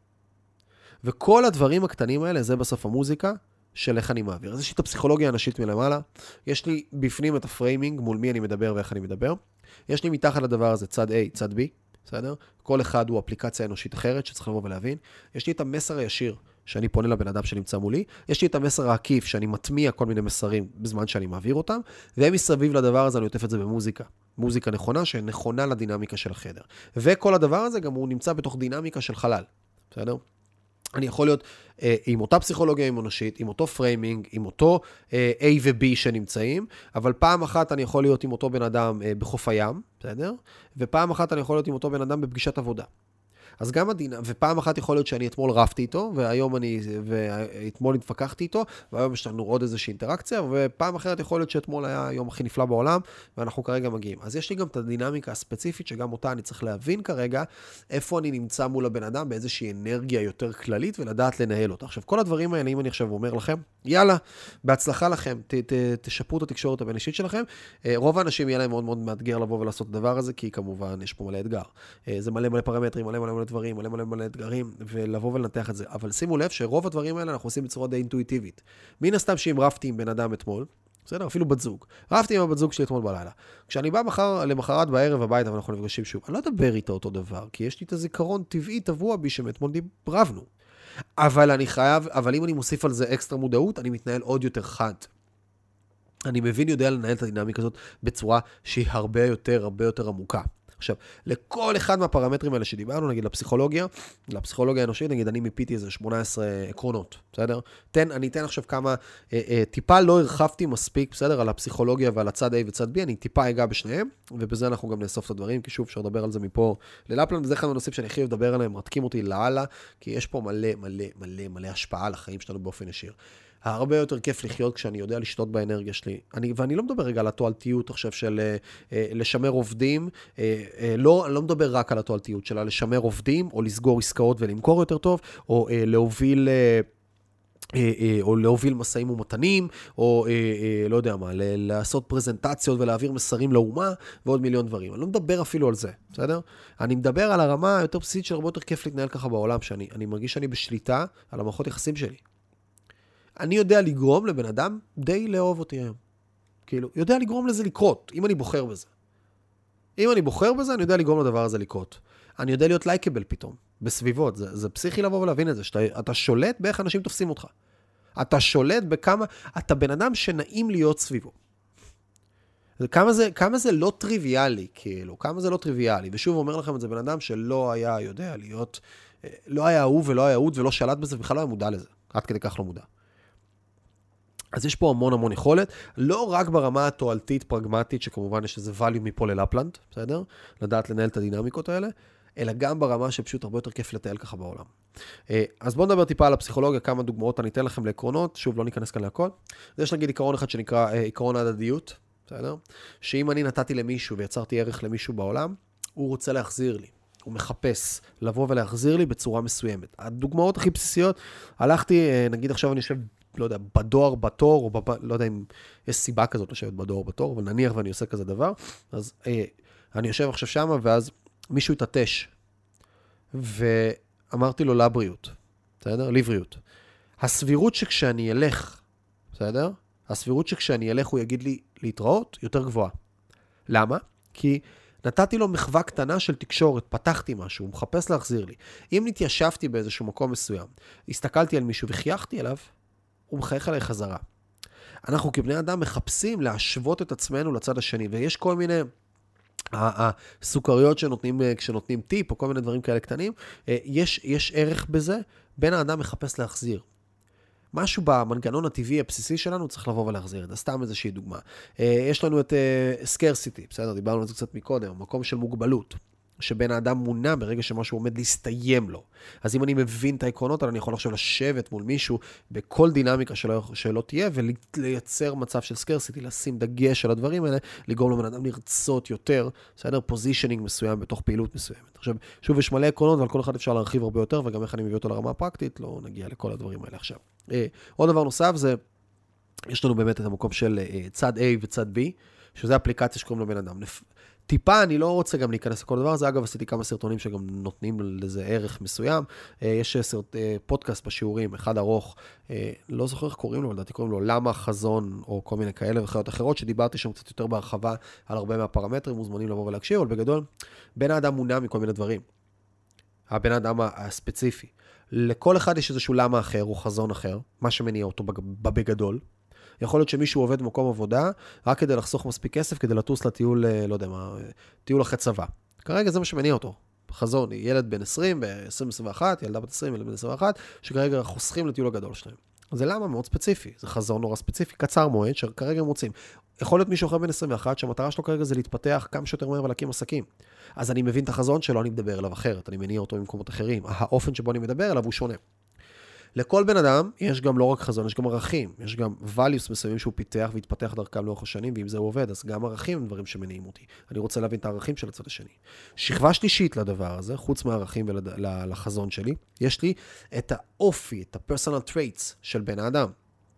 וכל הדברים הקטנים האלה, זה בסוף המוזיקה של איך אני מעביר. אז יש לי את הפסיכולוגיה האנשית מלמעלה, יש לי בפנים את הפריימינג, מול מי אני מדבר ואיך אני מדבר. יש לי מתחת לדבר הזה צד A, צד B, בסדר? כל אחד הוא אפליקציה אנושית אחרת שצריך לבוא ולהבין. יש לי את המסר הישיר שאני פונה לבן אדם שנמצא מולי, יש לי את המסר העקיף שאני מטמיע כל מיני מסרים בזמן שאני מעביר אותם, והם מסביב לדבר הזה אני עוטף את זה במוזיקה. מוזיקה נכונה שנכונה לדינמיקה של החדר. וכל הדבר הזה גם הוא נמצא בתוך דינמיקה של חלל, בסדר? אני יכול להיות אה, עם אותה פסיכולוגיה אנושית, עם אותו פריימינג, עם אותו אה, A ו-B שנמצאים, אבל פעם אחת אני יכול להיות עם אותו בן אדם אה, בחוף הים, בסדר? ופעם אחת אני יכול להיות עם אותו בן אדם בפגישת עבודה. אז גם הדין, ופעם אחת יכול להיות שאני אתמול רפתי איתו, והיום אני, ואתמול התפקחתי איתו, והיום יש לנו עוד איזושהי אינטראקציה, ופעם אחרת יכול להיות שאתמול היה היום הכי נפלא בעולם, ואנחנו כרגע מגיעים. אז יש לי גם את הדינמיקה הספציפית, שגם אותה אני צריך להבין כרגע, איפה אני נמצא מול הבן אדם, באיזושהי אנרגיה יותר כללית, ולדעת לנהל אותה. עכשיו, כל הדברים האלה, אם אני עכשיו אומר לכם, יאללה, בהצלחה לכם, ת, ת, תשפרו את התקשורת הבין-אישית שלכם. רוב האנשים יהיה להם מאוד מאוד מאתגר לבוא ולעשות את הדבר הזה, כי כמובן יש פה מלא אתגר. זה מלא מלא פרמטרים, מלא מלא מלא דברים, מלא מלא מלא אתגרים, ולבוא ולנתח את זה. אבל שימו לב שרוב הדברים האלה אנחנו עושים בצורה די אינטואיטיבית. מן הסתם שאם רפתי עם בן אדם אתמול, בסדר? אפילו בת זוג. רפתי עם הבת זוג שלי אתמול בלילה. כשאני בא מחר, למחרת בערב הביתה ואנחנו נפגשים שוב, אני לא אדבר איתה אותו דבר, כי יש לי את הזיכרון טבעי טבוע בי שמאתמול דיברנו. אבל אני חייב, אבל אם אני מוסיף על זה אקסטרה מודעות, אני מתנהל עוד יותר חד. אני מבין, יודע לנהל את הדינמיקה הזאת בצורה שהיא הרבה יותר, הרבה יותר עמוקה. עכשיו, לכל אחד מהפרמטרים האלה שדיברנו, נגיד לפסיכולוגיה, לפסיכולוגיה האנושית, נגיד אני מיפיתי איזה שמונה עשרה עקרונות, בסדר? תן, אני אתן עכשיו כמה, אה, אה, טיפה לא הרחבתי מספיק, בסדר? על הפסיכולוגיה ועל הצד A וצד B, אני טיפה אגע בשניהם, ובזה אנחנו גם נאסוף את הדברים, כי שוב, אפשר לדבר על זה מפה ללפלן, וזה אחד מהנושאים שאני הכי לדבר עליהם, מרתקים אותי להלאה, כי יש פה מלא, מלא, מלא, מלא השפעה על החיים שלנו באופן ישיר. הרבה יותר כיף לחיות כשאני יודע לשתות באנרגיה שלי. אני, ואני לא מדבר רגע על התועלתיות עכשיו של אה, לשמר עובדים, אה, אה, לא, לא מדבר רק על התועלתיות שלה, לשמר עובדים, או לסגור עסקאות ולמכור יותר טוב, או אה, להוביל... אה, או להוביל מסעים ומתנים, או לא יודע מה, לעשות פרזנטציות ולהעביר מסרים לאומה, ועוד מיליון דברים. אני לא מדבר אפילו על זה, בסדר? אני מדבר על הרמה היותר בסיסית של הרבה יותר כיף להתנהל ככה בעולם, שאני אני מרגיש שאני בשליטה על המערכות יחסים שלי. אני יודע לגרום לבן אדם די לאהוב אותי היום. כאילו, יודע לגרום לזה לקרות, אם אני בוחר בזה. אם אני בוחר בזה, אני יודע לגרום לדבר הזה לקרות. אני יודע להיות לייקבל פתאום, בסביבות. זה, זה פסיכי לבוא ולהבין את זה, שאתה אתה שולט באיך אנשים תופסים אותך. אתה שולט בכמה, אתה בן אדם שנעים להיות סביבו. כמה זה, כמה זה לא טריוויאלי, כאילו, כמה זה לא טריוויאלי. ושוב אומר לכם את זה, בן אדם שלא היה יודע להיות, לא היה אהוב ולא היה אהוד ולא שלט בזה, בכלל לא היה מודע לזה. עד כדי כך לא מודע. אז יש פה המון המון יכולת, לא רק ברמה התועלתית, פרגמטית, שכמובן יש איזה value מפה ללפלנד, בסדר? לדעת לנהל את הדינמיקות האלה, אלא גם ברמה שפשוט הרבה יותר כיף לטייל ככה בעולם. אז בואו נדבר טיפה על הפסיכולוגיה, כמה דוגמאות אני אתן לכם לעקרונות, שוב לא ניכנס כאן להכל. יש נגיד עיקרון אחד שנקרא עיקרון ההדדיות, בסדר? שאם אני נתתי למישהו ויצרתי ערך למישהו בעולם, הוא רוצה להחזיר לי. הוא מחפש לבוא ולהחזיר לי בצורה מסוימת. הדוגמאות הכי בסיסיות, הלכתי, נגיד עכשיו אני יושב, לא יודע, בדואר בתור, או בב... לא יודע אם יש סיבה כזאת לשבת בדואר בתור, אבל נניח ואני עושה כזה דבר, אז אה, אני יושב עכשיו שמה, ואז מישהו יתעטש, ואמרתי לו לבריאות, בסדר? לבריאות. הסבירות שכשאני אלך, בסדר? הסבירות שכשאני אלך הוא יגיד לי להתראות יותר גבוהה. למה? כי נתתי לו מחווה קטנה של תקשורת, פתחתי משהו, הוא מחפש להחזיר לי. אם נתיישבתי באיזשהו מקום מסוים, הסתכלתי על מישהו וחייכתי אליו, הוא מחייך עליי חזרה. אנחנו כבני אדם מחפשים להשוות את עצמנו לצד השני, ויש כל מיני הסוכריות שנותנים, כשנותנים טיפ, או כל מיני דברים כאלה קטנים, יש, יש ערך בזה, בין האדם מחפש להחזיר. משהו במנגנון הטבעי הבסיסי שלנו צריך לבוא ולהחזיר את זה. סתם איזושהי דוגמה. יש לנו את סקרסיטי, בסדר? דיברנו על זה קצת מקודם, מקום של מוגבלות, שבין האדם מונע ברגע שמשהו עומד להסתיים לו. אז אם אני מבין את העקרונות, אני יכול עכשיו לשבת מול מישהו בכל דינמיקה שלא, שלא תהיה, ולייצר מצב של סקרסיטי, לשים דגש על הדברים האלה, לגרום לבן אדם לרצות יותר, בסדר? פוזישנינג מסוים בתוך פעילות מסוימת. עכשיו, שוב, יש מלא עקרונות, ועל כל אחד אפשר להרחיב הרבה יותר, וגם איך אני מביא אותו לרמה הפרקטית, לא נגיע לכל הדברים האלה עכשיו. אה, עוד דבר נוסף זה, יש לנו באמת את המקום של אה, צד A וצד B, שזה אפליקציה שקוראים לבן אדם. טיפה, אני לא רוצה גם להיכנס לכל דבר הזה, אגב, עשיתי כמה סרטונים שגם נותנים לזה ערך מסוים, יש סרט, פודקאסט בשיעורים, אחד ארוך, לא זוכר איך קוראים לו, לדעתי קוראים לו למה חזון, או כל מיני כאלה וחיות אחרות, שדיברתי שם קצת יותר בהרחבה על הרבה מהפרמטרים, מוזמנים לבוא ולהקשיב, אבל בגדול, בן האדם מונע מכל מיני דברים, הבן האדם הספציפי, לכל אחד יש איזשהו למה אחר, או חזון אחר, מה שמניע אותו בגדול, יכול להיות שמישהו עובד במקום עבודה, רק כדי לחסוך מספיק כסף, כדי לטוס לטיול, לא יודע מה, טיול אחרי צבא. כרגע זה מה שמניע אותו. חזון, ילד בן עשרים, ב-עשרים עשרים ואחת, ילדה בת עשרים, ילד בן עשרים ואחת, שכרגע חוסכים לטיול הגדול שלהם. זה למה? מאוד ספציפי. זה חזון נורא ספציפי, קצר מועד, שכרגע הם רוצים. יכול להיות מישהו אחר בן עשרים ואחת, שהמטרה שלו כרגע זה להתפתח כמה שיותר מהר ולהקים עסקים. אז אני מבין את החזון שלו, אני מדבר אליו אחרת, אני מניע אותו במקומות אחרים. האופן שבו אני מדבר אליו הוא שונה. לכל בן אדם יש גם לא רק חזון, יש גם ערכים, יש גם values מסוימים שהוא פיתח והתפתח דרכם לאורך השנים, ואם זה הוא עובד, אז גם ערכים הם דברים שמניעים אותי. אני רוצה להבין את הערכים של הצד השני. שכבה שלישית לדבר הזה, חוץ מהערכים ולחזון שלי, יש לי את האופי, את ה-personal traits של בן האדם.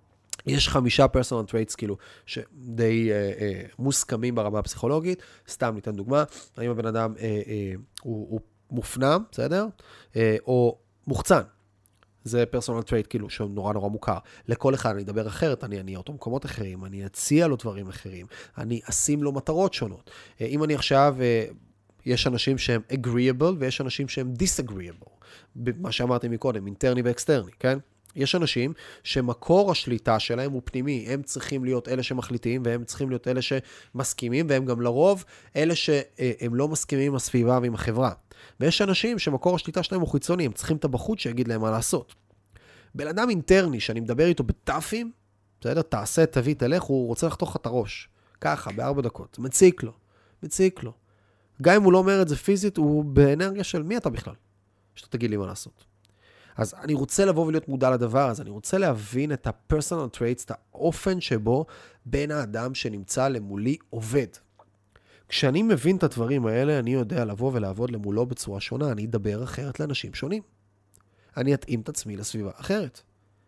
יש חמישה personal traits כאילו שדי אה, אה, מוסכמים ברמה הפסיכולוגית, סתם ניתן דוגמה, האם הבן אדם אה, אה, הוא, הוא מופנם, בסדר? אה, או מוחצן. זה פרסונל טרייט, כאילו, שהוא נורא נורא מוכר. לכל אחד אני אדבר אחרת, אני אניע אותו במקומות אחרים, אני אציע לו דברים אחרים, אני אשים לו מטרות שונות. אם אני עכשיו, יש אנשים שהם agreeable, ויש אנשים שהם disagreeable. מה שאמרתי מקודם, אינטרני ואקסטרני, כן? יש אנשים שמקור השליטה שלהם הוא פנימי, הם צריכים להיות אלה שמחליטים, והם צריכים להיות אלה שמסכימים, והם גם לרוב אלה שהם לא מסכימים עם הסביבה ועם החברה. ויש אנשים שמקור השליטה שלהם הוא חיצוני, הם צריכים את הבחוץ שיגיד להם מה לעשות. בן אדם אינטרני, שאני מדבר איתו בטאפים, בסדר, תעשה, תביא, תלך, הוא רוצה לחתוך את הראש. ככה, בארבע דקות. מציק לו, מציק לו. גם אם הוא לא אומר את זה פיזית, הוא באנרגיה של מי אתה בכלל? שאתה תגיד לי מה לעשות. אז אני רוצה לבוא ולהיות מודע לדבר הזה, אני רוצה להבין את ה-personal traits, את האופן שבו בין האדם שנמצא למולי עובד. כשאני מבין את הדברים האלה, אני יודע לבוא ולעבוד למולו בצורה שונה, אני אדבר אחרת לאנשים שונים. אני אתאים את עצמי לסביבה אחרת.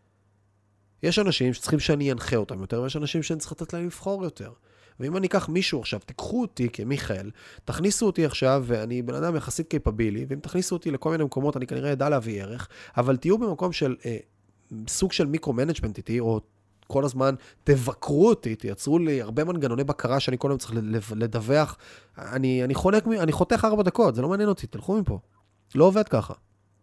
יש אנשים שצריכים שאני אנחה אותם יותר, ויש אנשים שאני צריך לתת להם לבחור יותר. ואם אני אקח מישהו עכשיו, תיקחו אותי כמיכאל, תכניסו אותי עכשיו, ואני בן אדם יחסית קייפבילי, ואם תכניסו אותי לכל מיני מקומות, אני כנראה ידע להביא ערך, אבל תהיו במקום של אה, סוג של מיקרו-מנג'מנט איתי, או כל הזמן תבקרו אותי, תייצרו לי הרבה מנגנוני בקרה שאני כל היום צריך לדווח. אני, אני, חונק, אני חותך ארבע דקות, זה לא מעניין אותי, תלכו מפה. לא עובד ככה.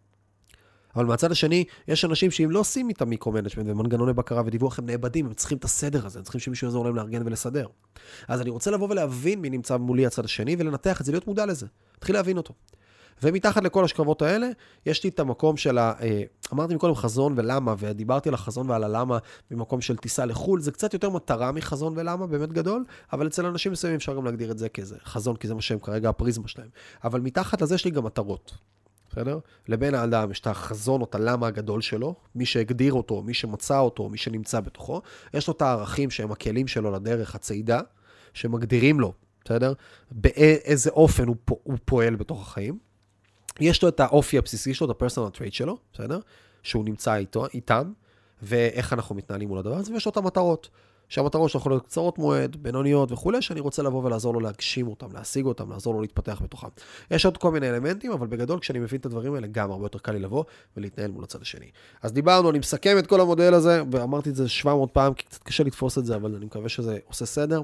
אבל מהצד השני, יש אנשים שאם לא עושים איתם מיקרו-מנג'מנט ומנגנוני בקרה ודיווח, הם נאבדים, הם צריכים את הסדר הזה, הם צריכים שמישהו יעזור להם לארגן ולסדר. אז אני רוצה לבוא ולהבין מי נמצא מולי הצד השני, ולנתח את זה, להיות מודע לזה. תתחיל להבין אותו. ומתחת לכל השכבות האלה, יש לי את המקום של ה... אמרתי מקודם חזון ולמה, ודיברתי על החזון ועל הלמה במקום של טיסה לחול, זה קצת יותר מטרה מחזון ולמה, באמת גדול, אבל אצל אנשים מסוימים אפשר גם להגדיר את זה כזה, חזון, כי זה מה שהם כרגע הפריזמה שלהם. אבל מתחת לזה יש לי גם מטרות. בסדר? לבין האדם יש את החזון או את הלמה הגדול שלו, מי שהגדיר אותו, מי שמצא אותו, מי שנמצא בתוכו, יש לו את הערכים שהם הכלים שלו לדרך הצעידה, שמגדירים לו, בסדר? באיזה אופן הוא, הוא פועל בתוך החיים. יש לו את האופי הבסיסי, יש לו את ה-personal trait שלו, בסדר? שהוא נמצא איתו, איתם, ואיך אנחנו מתנהלים מול הדבר הזה, ויש לו את המטרות. שהמטרות שלו יכולות להיות קצרות מועד, בינוניות וכו', שאני רוצה לבוא ולעזור לו להגשים אותם, להשיג אותם, לעזור לו להתפתח בתוכם. יש עוד כל מיני אלמנטים, אבל בגדול, כשאני מבין את הדברים האלה, גם הרבה יותר קל לי לבוא ולהתנהל מול הצד השני. אז דיברנו, אני מסכם את כל המודל הזה, ואמרתי את זה שבע מאות פעם, כי קצת קשה לתפוס את זה, אבל אני מקווה שזה עושה סדר.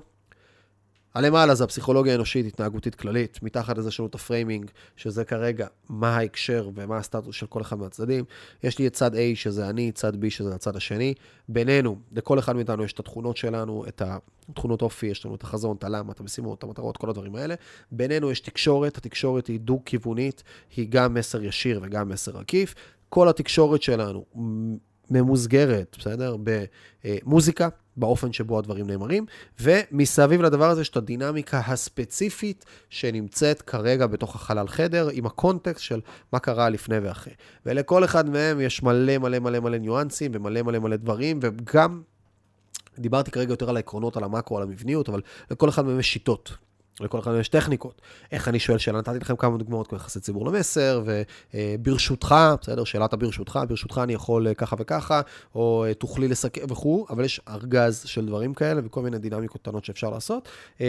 הלמעלה זה הפסיכולוגיה האנושית, התנהגותית כללית, מתחת לזה שלנו את הפריימינג, שזה כרגע מה ההקשר ומה הסטטוס של כל אחד מהצדדים. יש לי את צד A שזה אני, צד B שזה הצד השני. בינינו, לכל אחד מאיתנו יש את התכונות שלנו, את התכונות אופי, יש לנו את החזון, את הלמה, את המשימות, את המטרות, כל הדברים האלה. בינינו יש תקשורת, התקשורת היא דו-כיוונית, היא גם מסר ישיר וגם מסר עקיף. כל התקשורת שלנו ממוסגרת, בסדר? במוזיקה, באופן שבו הדברים נאמרים, ומסביב לדבר הזה יש את הדינמיקה הספציפית שנמצאת כרגע בתוך החלל חדר, עם הקונטקסט של מה קרה לפני ואחרי. ולכל אחד מהם יש מלא מלא מלא מלא ניואנסים, ומלא מלא מלא דברים, וגם, דיברתי כרגע יותר על העקרונות, על המקרו, על המבניות, אבל לכל אחד מהם יש שיטות. לכל אחד יש טכניקות. איך אני שואל שאלה, נתתי לכם כמה דוגמאות כמו יחסי ציבור למסר, וברשותך, בסדר, שאלת ברשותך, ברשותך אני יכול ככה וככה, או תוכלי לסכם וכו', אבל יש ארגז של דברים כאלה, וכל מיני דינמיקות קטנות שאפשר לעשות.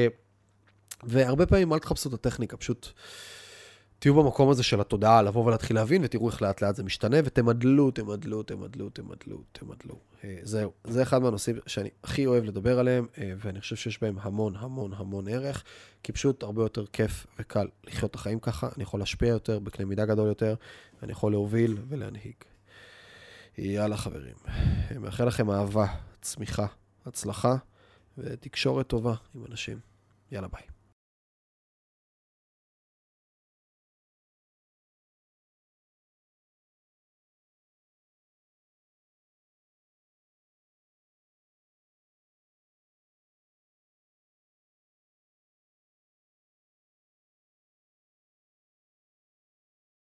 והרבה פעמים אל תחפשו את הטכניקה, פשוט תהיו במקום הזה של התודעה, לבוא ולהתחיל להבין, ותראו איך לאט לאט זה משתנה, ותמדלו, תמדלו, תמדלו, תמדלו, תמדלו. זהו, זה אחד מהנושאים שאני הכי אוהב לדבר עליהם, ואני חושב שיש בהם המון, המון, המון ערך, כי פשוט הרבה יותר כיף וקל לחיות את החיים ככה, אני יכול להשפיע יותר, בקנה מידה גדול יותר, ואני יכול להוביל ולהנהיג. יאללה חברים, מאחל לכם אהבה, צמיחה, הצלחה, ותקשורת טובה עם אנשים. יאללה ביי.